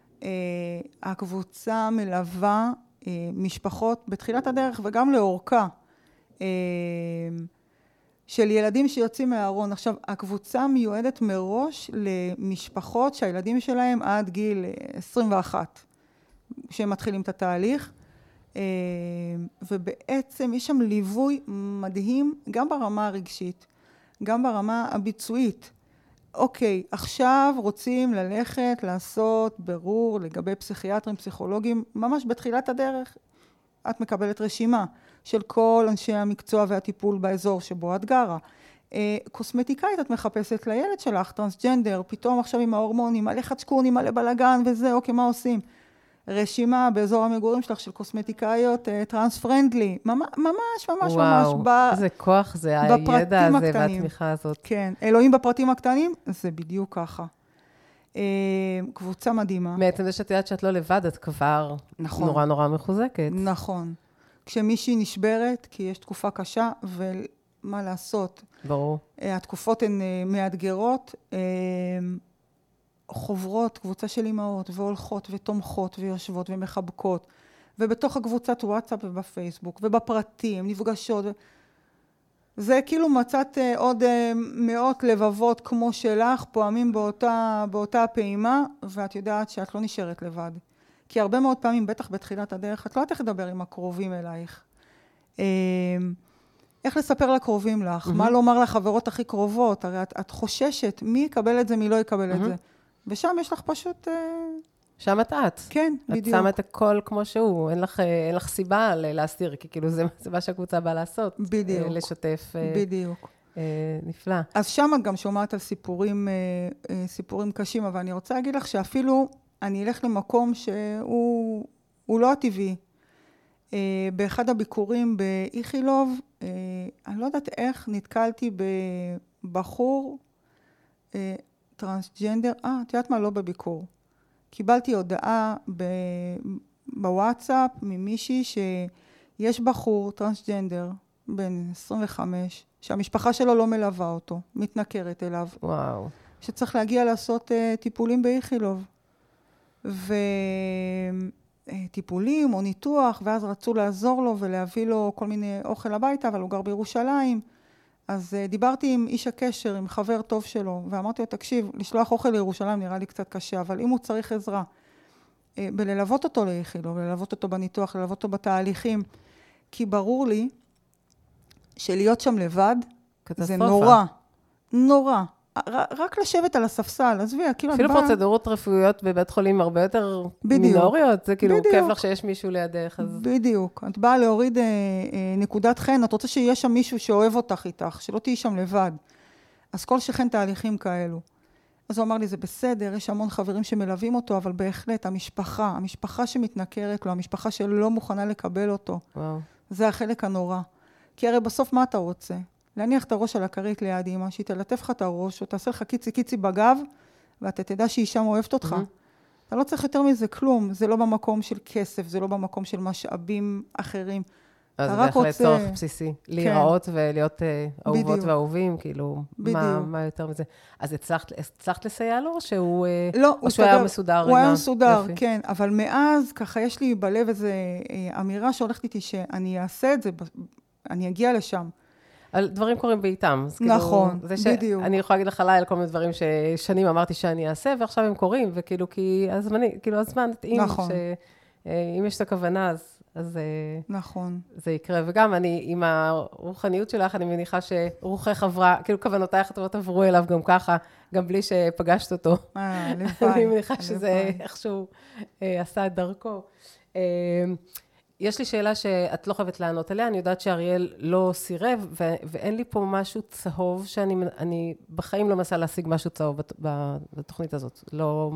הקבוצה מלווה משפחות בתחילת הדרך וגם לאורכה של ילדים שיוצאים מהארון. עכשיו, הקבוצה מיועדת מראש למשפחות שהילדים שלהם עד גיל 21, שהם מתחילים את התהליך. ובעצם יש שם ליווי מדהים, גם ברמה הרגשית, גם ברמה הביצועית. אוקיי, עכשיו רוצים ללכת לעשות ברור לגבי פסיכיאטרים, פסיכולוגים, ממש בתחילת הדרך, את מקבלת רשימה של כל אנשי המקצוע והטיפול באזור שבו את גרה. קוסמטיקאית את מחפשת לילד שלך, טרנסג'נדר, פתאום עכשיו עם ההורמונים, מלא חצ'קונים, מלא בלגן וזה, אוקיי, מה עושים? רשימה באזור המגורים שלך של קוסמטיקאיות טרנס-פרנדלי, ממש. וואו, איזה כוח זה, הידע הזה והתמיכה הזאת. כן, אלוהים בפרטים הקטנים, זה בדיוק ככה. קבוצה מדהימה. מעצם זה שאת יודעת שאת לא לבד, את כבר נורא נורא מחוזקת. נכון. כשמישהי נשברת, כי יש תקופה קשה, ומה לעשות? ברור. התקופות הן מאתגרות, חוברות, קבוצה של אימהות, והולכות ותומכות ויושבות ומחבקות, ובתוך הקבוצת וואטסאפ ובפייסבוק, ובפרטים, נפגשות. זה כאילו מצאת עוד מאות לבבות כמו שלך, פועמים באותה פעימה, ואת יודעת שאת לא נשארת לבד. כי הרבה מאוד פעמים, בטח בתחילת הדרך, את לא יודעת איך לדבר עם הקרובים אלייך. איך לספר לקרובים לך, מה לומר לחברות הכי קרובות, הרי את חוששת, מי יקבל את זה, מי לא יקבל את זה. ושם יש לך פשוט... שם את. כן, בדיוק. את שמה את הכל כמו שהוא, אין לך סיבה להסתיר, כי כאילו זה מה שהקבוצה באה לעשות. בדיוק. לשתף. בדיוק. נפלא. אז שם את גם שומעת על סיפורים קשים, אבל אני רוצה להגיד לך שאפילו אני אלך למקום שהוא לא הטבעי. באחד הביקורים באיכילוב, אני לא יודעת איך נתקלתי בבחור טרנסג'נדר, את יודעת מה? לא בביקור. קיבלתי הודעה בוואטסאפ ממישהי שיש בחור טרנסג'נדר בן 25, שהמשפחה שלו לא מלווה אותו, מתנכרת אליו. וואו. שצריך להגיע לעשות טיפולים באיכילוב. טיפולים או ניתוח, ואז רצו לעזור לו ולהביא לו כל מיני אוכל הביתה, אבל הוא גר בירושלים. אז דיברתי עם איש הקשר, עם חבר טוב שלו, ואמרתי לו, תקשיב, לשלוח אוכל לירושלים נראה לי קצת קשה, אבל אם הוא צריך עזרה, בללוות אותו לאיכילוב, ללוות אותו בניתוח, ללוות אותו בתהליכים, כי ברור לי שלהיות שם לבד, זה נורא, נורא. רק לשבת על הספסל, עזבי, כאילו אפילו פרוצדורות רפואיות בבית חולים הרבה יותר מינוריות, זה כאילו כיף לך שיש מישהו לידך. בדיוק, את באה להוריד נקודת חן, את רוצה שיש שם מישהו שאוהב אותך איתך, שלא תהיי שם לבד. אז כל שכן תהליכים כאלו. אז הוא אמר לי, זה בסדר, יש המון חברים שמלווים אותו, אבל בהחלט המשפחה שמתנכרת לו, המשפחה שלא מוכנה לקבל אותו, זה החלק הנורא. כי הרי בסוף מה אתה רוצה? להניח את הראש על הכרית ליד אמא, שהיא תלטף לך את הראש, או תעשה לך קיצי בגב, ואתה תדע שהיא שם אוהבת אותך. אתה לא צריך יותר מזה כלום, זה לא במקום של כסף, זה לא במקום של משאבים אחרים. אז זה בהחלט צורך בסיסי, להיראות ולהיות אהובות ואהובים, כאילו, מה יותר מזה? אז הצלחת לסייע לו, או שהוא היה מסודר? הוא היה מסודר, כן, אבל מאז ככה יש לי בלב איזו אמירה שהולכת איתי שאני אעשה את זה, אני אגיע לשם. על דברים קורים בעיתם. נכון, בדיוק. אני יכולה להגיד לך עליי על כל מיני דברים ששנים אמרתי שאני אעשה, ועכשיו הם קורים, וכאילו, כי הזמן תאים, שאם יש את הכוונה, אז נכון. זה יקרה. וגם אני, עם הרוחניות שלך, אני מניחה שרוחך עברה, כאילו כוונותייך הטובות עברו אליו גם ככה, גם בלי שפגשת אותו. לבד. אני מניחה שזה איכשהו עשה את דרכו. יש לי שאלה שאת לא חייבת לענות עליה, אני יודעת שאריאל לא סירב, ואין לי פה משהו צהוב, שאני בחיים לא מנסה להשיג משהו צהוב בתוכנית הזאת. לא,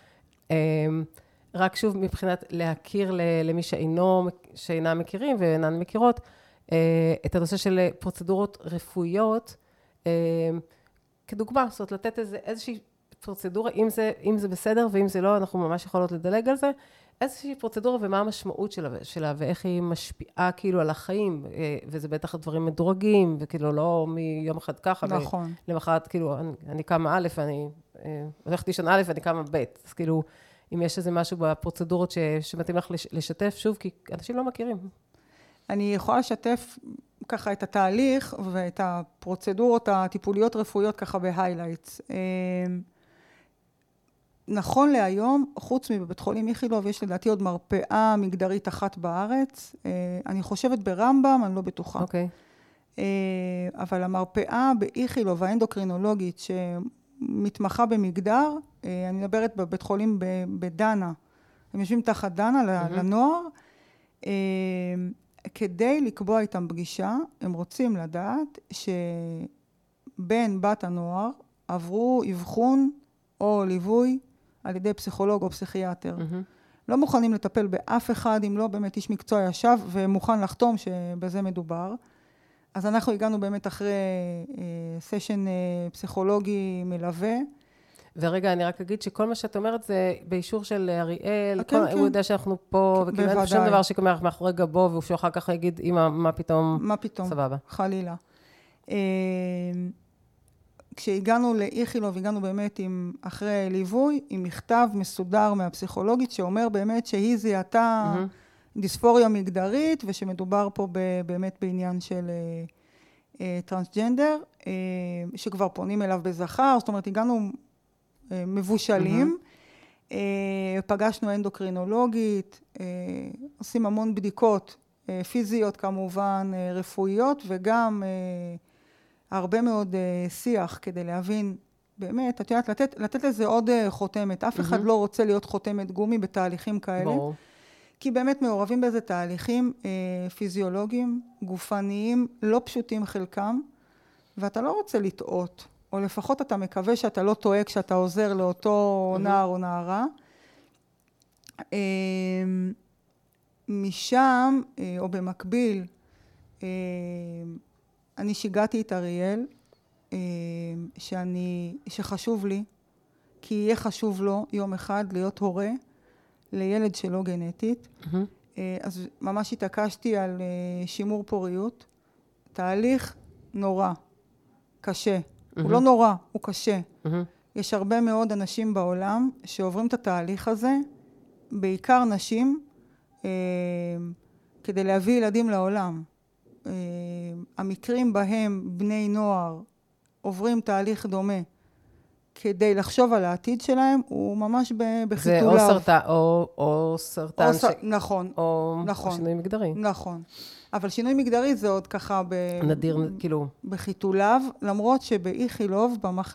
רק שוב מבחינת להכיר למי שאינם מכירים ואינן מכירות, את הנושא של פרוצדורות רפואיות, כדוגמה, זאת אומרת, לתת איזושהי פרוצדורה, אם זה בסדר ואם זה לא, אנחנו ממש יכולות לדלג על זה, איזושהי פרוצדורה ומה המשמעות שלה, ואיך היא משפיעה כאילו על החיים, וזה בטח דברים מדורגים, וכאילו לא מיום אחד ככה, נכון. ולמחרת כאילו אני קמה א', ואני הולכת לישון א', ואני קמה ב', אז כאילו אם יש איזה משהו בפרוצדורות שמתאים לך לשתף, שוב, כי אנשים לא מכירים. אני יכולה לשתף ככה את התהליך, ואת הפרוצדורות הטיפוליות רפואיות ככה בהיילייטס. נכון להיום, חוץ מבבית חולים איכילוב, יש לדעתי עוד מרפאה מגדרית אחת בארץ. אני חושבת ברמב"ם, אני לא בטוחה. אוקיי. אבל המרפאה באיכילוב, האנדוקרינולוגית, שמתמחה במגדר, אני מדברת בבית חולים בדנה. הם יושבים תחת דנה לנוער. כדי לקבוע איתם פגישה, הם רוצים לדעת שבן בת הנוער עברו אבחון או ליווי על ידי פסיכולוג או פסיכיאטר. לא מוכנים לטפל באף אחד, אם לא באמת איש מקצוע ישב ומוכן לחתום שבזה מדובר. אז אנחנו הגענו באמת אחרי סשן פסיכולוגי מלווה. ורגע, אני רק אגיד שכל מה שאת אומרת זה באישור של אריאל, כן, הוא יודע שאנחנו פה, וכאילו אין שום דבר שקומח מאחורי גבו, והוא שאחר כך יגיד, אמא, מה פתאום? מה פתאום? סבבה. חלילה. כשהגענו לאיכילוב, הגענו באמת אחרי ליווי, עם מכתב מסודר מהפסיכולוגית, שאומר באמת שהיא זיהתה דיספוריה מגדרית, ושמדובר פה באמת בעניין של טרנסג'נדר, שכבר פונים אליו בזכר, זאת אומרת, הגענו מבושלים, פגשנו אנדוקרינולוגית, עושים המון בדיקות פיזיות כמובן, רפואיות, וגם הרבה מאוד שיח כדי להבין, באמת, את יודעת, לתת לזה עוד חותמת. אף אחד לא רוצה להיות חותמת גומי בתהליכים כאלה. ברור. כי באמת מעורבים בזה תהליכים פיזיולוגיים, גופניים, לא פשוטים חלקם, ואתה לא רוצה לטעות, או לפחות אתה מקווה שאתה לא טועה כשאתה עוזר לאותו נער או נערה. משם, או במקביל, אני שיגעתי את אריאל, שחשוב לי, כי יהיה חשוב לו יום אחד להיות הורה לילד שלו גנטית. אז ממש התעקשתי על שימור פוריות. תהליך נורא, קשה. הוא לא נורא, הוא קשה. יש הרבה מאוד אנשים בעולם שעוברים את התהליך הזה, בעיקר נשים, כדי להביא ילדים לעולם. המקרים בהם בני נוער עוברים תהליך דומה כדי לחשוב על העתיד שלהם, הוא ממש בחיתוליו. זה או סרטן. נכון. או שינוי מגדרי. נכון. אבל שינוי מגדרי זה עוד ככה נדיר, כאילו. בחיתוליו, למרות שבאיכילוב,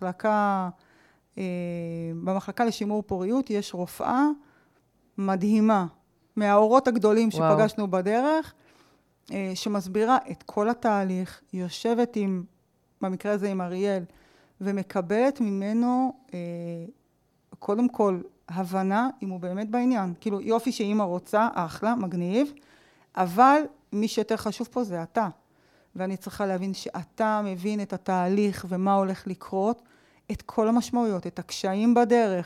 במחלקה לשימור פוריות, יש רופאה מדהימה, מהאורות הגדולים שפגשנו בדרך, שמסבירה את כל התהליך, יושבת במקרה הזה עם אריאל, ומקבלת ממנו, קודם כל, הבנה, אם הוא באמת בעניין. כאילו, יופי שאמא רוצה, אחלה, מגניב, אבל מי שיותר חשוב פה זה אתה. ואני צריכה להבין שאתה מבין את התהליך ומה הולך לקרות, את כל המשמעויות, את הקשיים בדרך.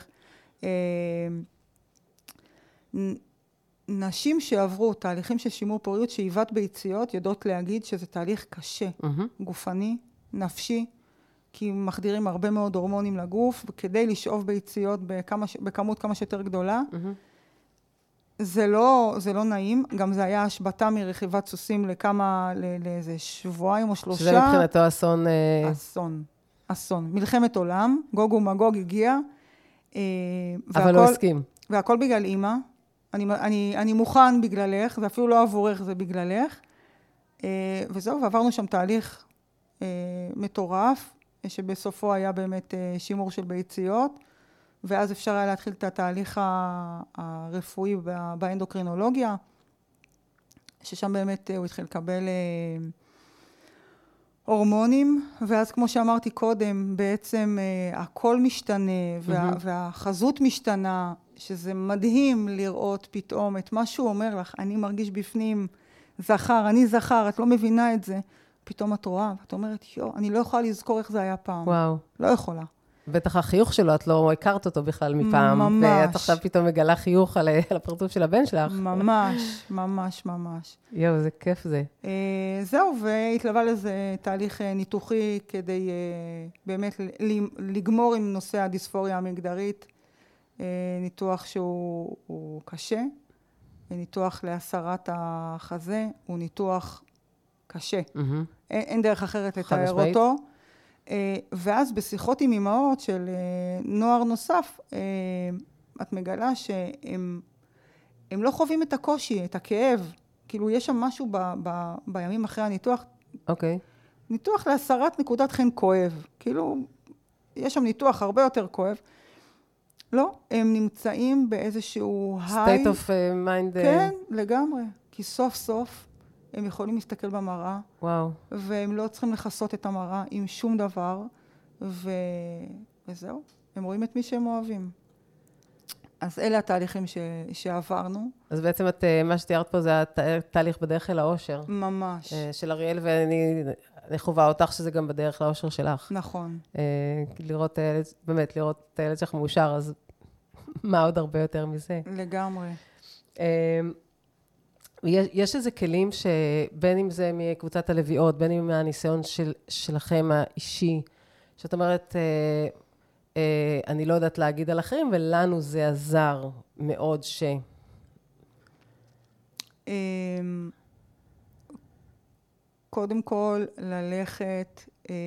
נשים שעברו תהליכים של שימור פוריות, שאיבת ביציות, יודעות להגיד שזה תהליך קשה, גופני, נפשי, כי מחדירים הרבה מאוד הורמונים לגוף, וכדי לשאוב ביציות בכמות כמה שיותר גדולה, זה לא נעים, גם זה היה השבטה מרכיבת סוסים לאיזה שבועיים או 3. שזה מבחינתו אסון. אסון. מלחמת עולם, גוג ומגוג הגיע. אבל לא הסכים. והכל בגלל אמא. אני מוכן בגללך, זה אפילו לא עבורך, זה בגללך. וזהו, ועברנו שם תהליך מטורף, שבסופו היה באמת שימור של ביציות, ואז אפשר היה להתחיל את התהליך הרפואי באנדוקרינולוגיה, ששם באמת הוא התחיל לקבל הורמונים, ואז כמו שאמרתי קודם, בעצם הכל משתנה, והחזות משתנה, שזה מדהים לראות פתאום את מה שהוא אומר לך, אני מרגיש בפנים זכר, אני זכר, את לא מבינה את זה. פתאום את רואה, ואת אומרת, אני לא יכולה לזכור איך זה היה פעם. וואו. לא יכולה. בטח החיוך שלו, את לא הכרת אותו בכלל מפעם. ממש. ואת עכשיו פתאום מגלה חיוך על הפרצוף של הבן שלך. ממש, ממש, ממש. יואו, זה כיף זה. זהו, והתלווה לזה תהליך ניתוחי כדי באמת לגמור עם נושא הדיספוריה המגדרית. ניתוח שהוא קשה, ניתוח להסרת החזה, הוא ניתוח קשה. אין דרך אחרת לתאר אותו. ואז בשיחות עם אמהות של נוער נוסף, את מגלה שהם לא חווים את הקושי, את הכאב. כאילו, יש שם משהו בימים אחרי הניתוח. אוקיי. ניתוח להסרת נקודת חן כואב. כאילו, יש שם ניתוח הרבה יותר כואב. לא, הם נמצאים באיזשהו state of mind. כן, לגמרי. כי סוף סוף הם יכולים להסתכל במראה. וואו. והם לא צריכים לחסות את המראה עם שום דבר. וזהו, הם רואים את מי שהם אוהבים. אז אלה התהליכים שעברנו. אז בעצם מה שתיארת פה זה התהליך בדרך אל האושר. ממש. של אריאל, ואני חובה אותך שזה גם בדרך לאושר שלך. נכון. לראות באמת, לראות את הילד שלך מאושר, אז מה עוד הרבה יותר מזה? לגמרי. יש איזה כלים שבין אם זה מקבוצת הלוויות, בין אם מהניסיון שלכם האישי, שאת אומרת, אני לא יודעת להגיד על אחרים, ולנו זה עזר מאוד קודם כל, ללכת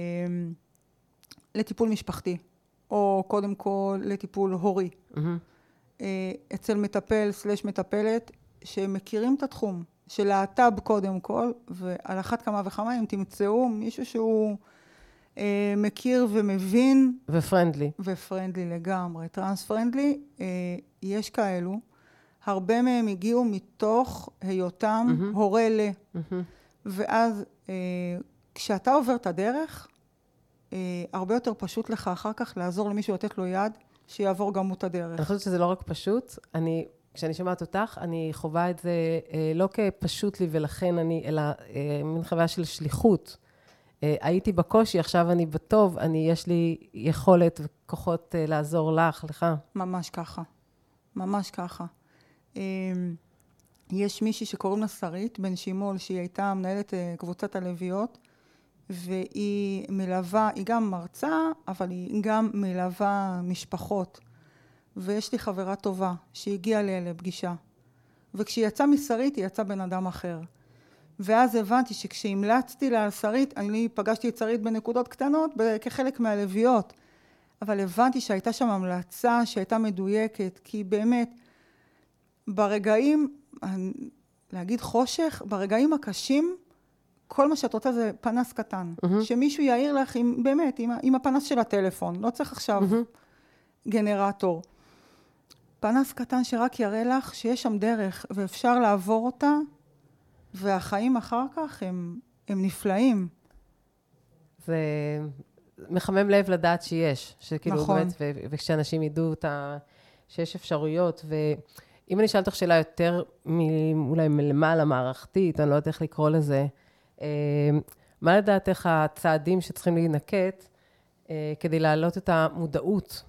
לטיפול משפחתי, או קודם כל לטיפול הורי. אצל מטפל/מטפלת, שמכירים את התחום, של להט"ב קודם כל, ועל אחת כמה וכמה, אם תמצאו מישהו שהוא מכיר ומבין. ופרנדלי. ופרנדלי לגמרי. טרנס פרנדלי, יש כאלו. הרבה מהם הגיעו מתוך היותם הורה ל. ואז כשאתה עובר את הדרך, הרבה יותר פשוט לך אחר כך לעזור למישהו לתת לו יד, שיעבור גם את הדרך. אני חושבת שזה לא רק פשוט. כשאני שומעת אותך, אני חווה את זה לא כפשוט לי ולכן אני, אלא מין חוויה של שליחות. הייתי בקושי, עכשיו אני בטוב, יש לי יכולת וכוחות לעזור לך. ממש ככה. ממש ככה. יש מישהי שקוראים לה שרית בן שימול, שהיא הייתה מנהלת קבוצת הלוויות, והיא מלווה, היא גם מרצה, אבל היא גם מלווה משפחות. ויש לי חברה טובה שהגיעה לפגישה. וכשהיא יצאה משרית, היא יצאה בן אדם אחר. ואז הבנתי שכשהמלצתי לה על שרית, אני פגשתי את שרית בנקודות קטנות, כחלק מהלוויות. אבל הבנתי שהייתה שם המלצה שהייתה מדויקת, כי באמת, ברגעים, להגיד חושך, ברגעים הקשים, כל מה שאת רוצה זה פנס קטן. שמישהו יעיר לך באמת, עם הפנס של הטלפון. לא צריך עכשיו גנרטור. פנס קטן שרק יראה לך שיש שם דרך, ואפשר לעבור אותה, והחיים אחר כך הם נפלאים. זה מחמם לב לדעת שיש. שכאילו נכון. באמת, וכשאנשים ידעו שיש אפשרויות, ואם אני אשאל אותך שאלה יותר אולי מלמעלה מערכתית, אני לא יודעת איך לקרוא לזה, מה לדעתך הצעדים שצריכים להינקט, כדי להעלות את המודעות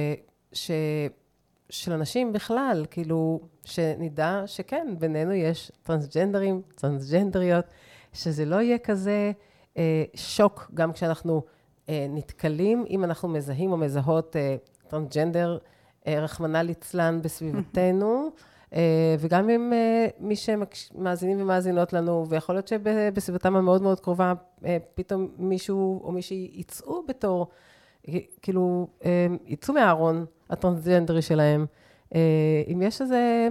של אנשים בכלל, כאילו, שנדע שכן, בינינו יש טרנסג'נדרים, טרנסג'נדריות, שזה לא יהיה כזה שוק, גם כשאנחנו נתקלים, אם אנחנו מזהים או מזהות טרנסג'נדר, רחמנא ליצלן בסביבתנו, וגם עם מי שמאזינים ומאזינות לנו, ויכול להיות שבסביבתם המאוד מאוד קרובה, פתאום מישהו או מישהי יצאו בתור, כאילו, יצאו מהארון הטרנסג'נדרי שלהם. אם יש איזה,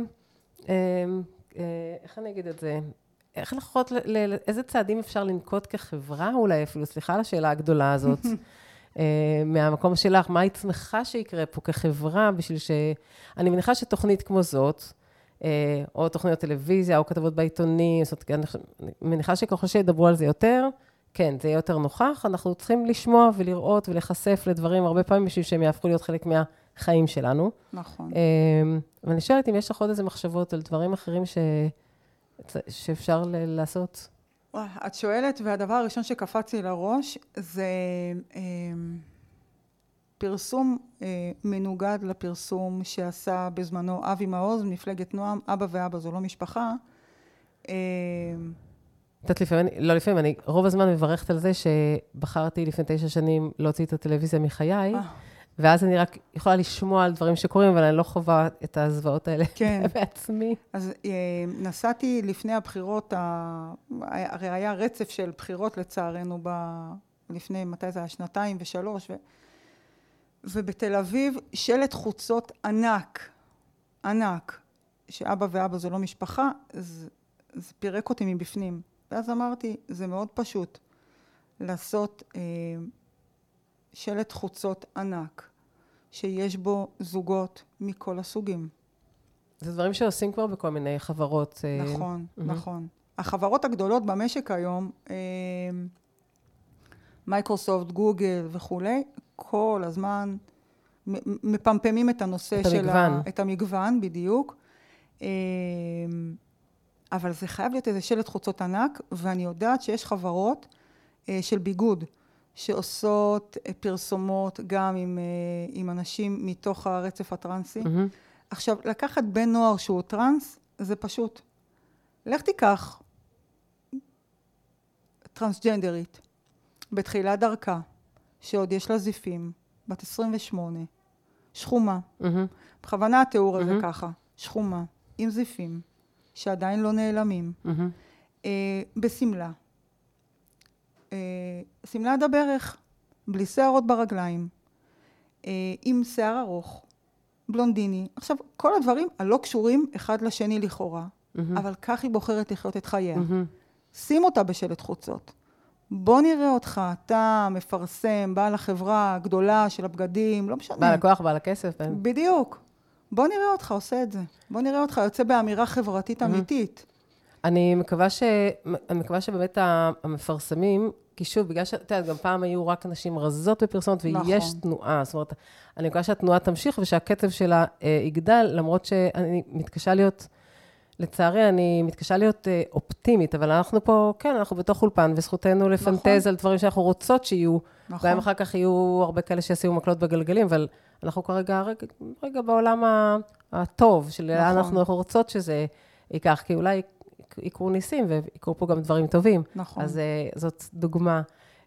איך אני אגיד את זה? איך לפחות, איזה צעדים אפשר לנקוט כחברה אולי אפילו? סליחה על השאלה הגדולה הזאת. מהמקום שלך, מה יצמחה שיקרה פה כחברה, בשביל אני מניחה שתוכנית כמו זאת, או תוכניות טלוויזיה, או כתבות בעיתונים, אני מניחה שככל שידברו על זה יותר, כן, זה יהיה יותר נוכח, אנחנו צריכים לשמוע ולראות ולחשף לדברים הרבה פעמים, בשביל שהם יהפכו להיות חלק מהחיים שלנו. נכון. ואני שואלת אם יש לך עוד איזה מחשבות על דברים אחרים שאפשר לעשות. את שואלת, והדבר הראשון שקפץ לי לראש, זה פרסום מנוגד לפרסום שעשה בזמנו אבי מעוז, מפלגת נועם, אבא ואבא, זו לא משפחה. אני רוב הזמן מברכת על זה שבחרתי לפני 9 שנים להוציא את הטלוויזיה מחיי, ואז אני רק יכולה לשמוע על דברים שקורים, אבל אני לא חווה את הזוועות האלה בעצמי. אז נסעתי לפני הבחירות, הרי היה רצף של בחירות לצערנו לפני, מתי זה היה? 2 ו3, ובתל אביב שלט חוצות ענק, ענק, שאבא ואבא זו לא משפחה, זה פירק אותי מבפנים. ואז אמרתי, זה מאוד פשוט לעשות שלט חוצות ענק, שיש בו זוגות מכל הסוגים. זה דברים שעושים כבר בכל מיני חברות. נכון, נכון. החברות הגדולות במשק היום, מייקרוסופט, גוגל וכולי, כל הזמן מפמפמים את הנושא של את המגוון, בדיוק. אבל זה חייב להיות איזה שלט חוצות ענק, ואני יודעת שיש חברות של ביגוד, שעושות פרסומות גם עם אנשים מתוך הרצף הטרנסי. עכשיו, לקחת בן נוער שהוא טרנס, זה פשוט. לך תיקח טרנסג'נדרית, בתחילת דרכה, שעוד יש לה זיפים, בת 28, שחומה. בכוונה התיאור הזה ככה, שחומה, עם זיפים, שעדיין לא נעלמים, בסמלה. סמלה עד הברך, בלי שערות ברגליים, עם שיער ארוך, בלונדיני. עכשיו, כל הדברים הלא קשורים אחד לשני לכאורה, אבל כך היא בוחרת לחיות את חייה. שים אותה בשלט חוצות. בוא נראה אותך, אתה מפרסם, בעל החברה הגדולה של הבגדים, לא משנה. בעל הכוח, בעל הכסף. בדיוק. בוא נראה אותך עושה את זה. בוא נראה אותך יוצא באמירה חברתית אמיתית. אני מקווה שבאמת המפרסמים, כי שוב, בגלל שאתה יודע, גם פעם היו רק אנשים רזות בפרסומות, ויש תנועה. זאת אומרת, אני מקווה שהתנועה תמשיך, ושהקצב שלה יגדל, למרות שאני מתקשה להיות, לצערי, אני מתקשה להיות אופטימית, אבל אנחנו פה, כן, אנחנו בתוך אולפן, וזכותנו לפנטז על דברים שאנחנו רוצות שיהיו, והם אחר כך יהיו הרבה כאלה שישימו מקלות בגלגלים, אבל אנחנו כרגע בעולם הטוב, של לאן אנחנו רוצות שזה ייקח, כי אולי יקרו ניסים, ויקרו פה גם דברים טובים. נכון. אז זאת דוגמה.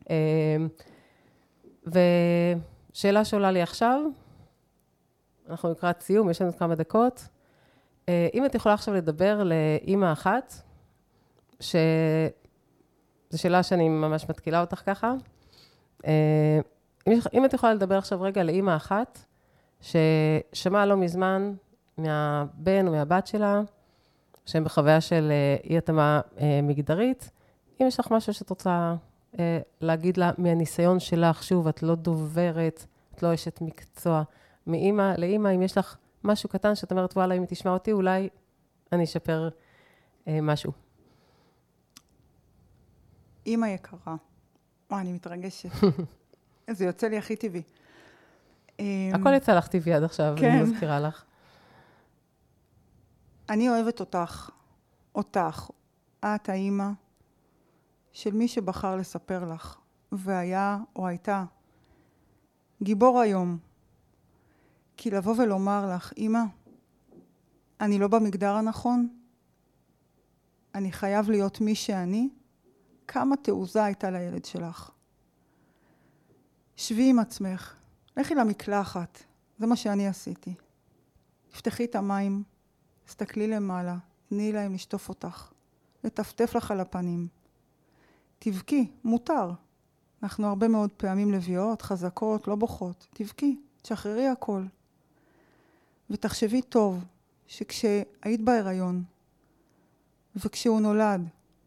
ושאלה שעולה לי עכשיו, אנחנו לקראת סיום, יש לנו כמה דקות. אם את יכולה עכשיו לדבר לאמא אחת, זו שאלה שאני ממש מתקילה אותך ככה, אם את יכולה לדבר עכשיו רגע לאמא אחת, ששמעה לא מזמן מהבן או מהבת שלה, שהם בחוויה של אי-התאמה מגדרית, אם יש לך משהו שאת רוצה להגיד לה מהניסיון שלך, שוב, את לא דוברת, את לא אשת מקצוע, מאמא לאמא, אם יש לך משהו קטן שאת אומרת, וואלה, אם היא תשמע אותי, אולי אני אשפר משהו. אמא יקרה. אני מתרגשת. זה יוצא לי הכי טבעי. הכל יצא לך טבעי עד עכשיו, אני מזכירה לך. אני אוהבת אותך. את האמא של מי שבחר לספר לך, והיה או הייתה גיבור היום. כי לבוא ולומר לך, אמא, אני לא במגדר הנכון, אני חייב להיות מי שאני, כמה תעוזה הייתה לילד שלך. שבי עם עצמך, לכי למקלחת, זה מה שאני עשיתי. תפתחי את המים, תסתכלי למעלה, תני להם לשטוף אותך, לטפטף לך על הפנים. תבכי, מותר. אנחנו הרבה מאוד פעמים לביאות, חזקות, לא בוכות. תבכי, תשחררי הכל. ותחשבי טוב שכשהיית בהיריון, וכשהוא נולד,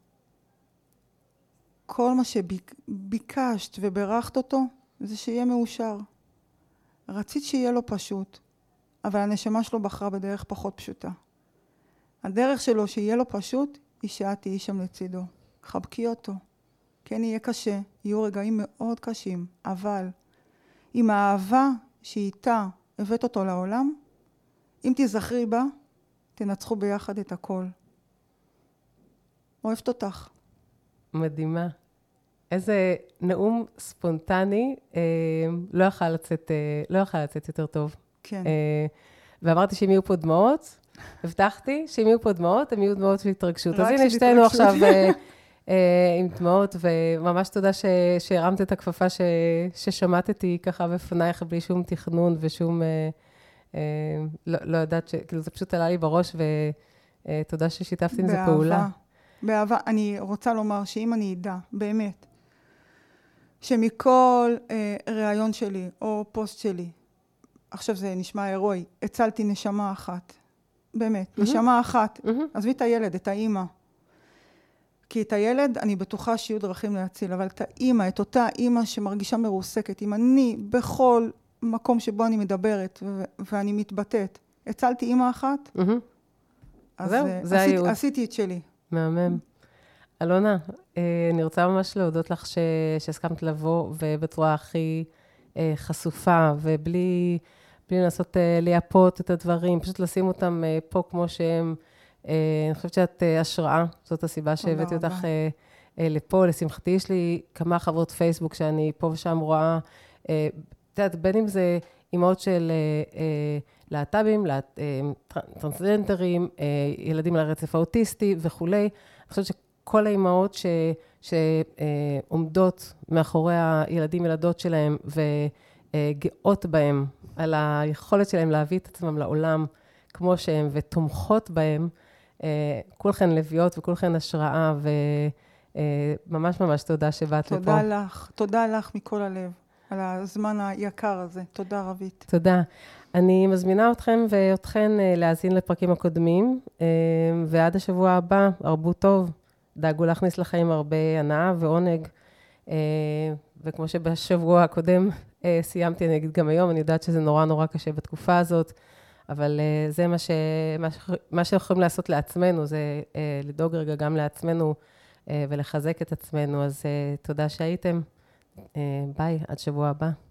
כל מה שביקשת וברכת אותו, זה שיהיה מאושר. רצית שיהיה לו פשוט, אבל הנשמה שלו בחרה בדרך פחות פשוטה. הדרך שלו שיהיה לו פשוט, היא שאת תהיי שם לצידו. חבקי אותו. כן, יהיה קשה, יהיו רגעים מאוד קשים, אבל עם האהבה שאיתה הבאת אותו לעולם, אם תזכרי בה, תנצחו ביחד את הכל. אוהבת אותך. מדהימה. איזה נאום ספונטני, לא יכל לצאת יותר טוב. כן. ואמרתי שאם יהיו פה דמעות, הבטחתי שאם יהיו פה דמעות, הם יהיו דמעות של התרגשות. אז הנה שתינו עכשיו עם דמעות, וממש תודה שהרמת את הכפפה ששמעתי ככה בפנייך בלי שום תכנון ושום, לא יודעת, כאילו זה פשוט עלה לי בראש, ותודה ששיתפתי עם זה פעולה. באהבה. אני רוצה לומר שאם אני אדע, באמת, שמכל ראיון שלי או פוסט שלי, עכשיו זה נשמע הירואי, הצלתי נשמה אחת. באמת, נשמה אחת. עזבי את הילד, את האמא. כי את הילד אני בטוחה שיהיו דרכים להציל, אבל את האמא, את אותה אמא שמרגישה מרוסקת, אם אני בכל מקום שבו אני מדברת ואני מתבטאת, הצלתי אמא אחת, אז עשיתי את שלי. מהמם. אלונה, אני רוצה ממש להודות לך שהסכמת לבוא ובצורה הכי חשופה, ובלי לנסות לייפות את הדברים, פשוט לשים אותם פה כמו שהם. אני חושבת שאת השראה, זאת הסיבה שהבאתי אותך לפה. לשמחתי יש לי כמה חברות פייסבוק שאני פה ושם רואה, בין אם זה אימהות של להט"בים, טרנסג'נדרים, ילדים על הרצף האוטיסטי וכולי. אני חושבת שכל האימהות שעומדות מאחורי הילדים ילדות שלהם וגאות בהם על היכולת שלהם להביא את עצמם לעולם כמו שהם ותומכות בהם, כולכן לביאות וכולכן השראה, וממש ממש תודה שבאת לפה. תודה לך מכל הלב, על הזמן היקר הזה. תודה רבית. תודה. אני מזמינה אתכם ואתכן להאזין לפרקים הקודמים, ועד השבוע הבא, הרבו טוב, דאגו להכניס לחיים הרבה הנאה ועונג, וכמו שבשבוע הקודם סיימתי, אני אגיד גם היום, אני יודעת שזה נורא נורא קשה בתקופה הזאת, אבל זה מה שיכולים לעשות לעצמנו, זה לדאוג רגע גם לעצמנו ולחזק את עצמנו. אז תודה שהייתם. ביי, עד שבוע הבא.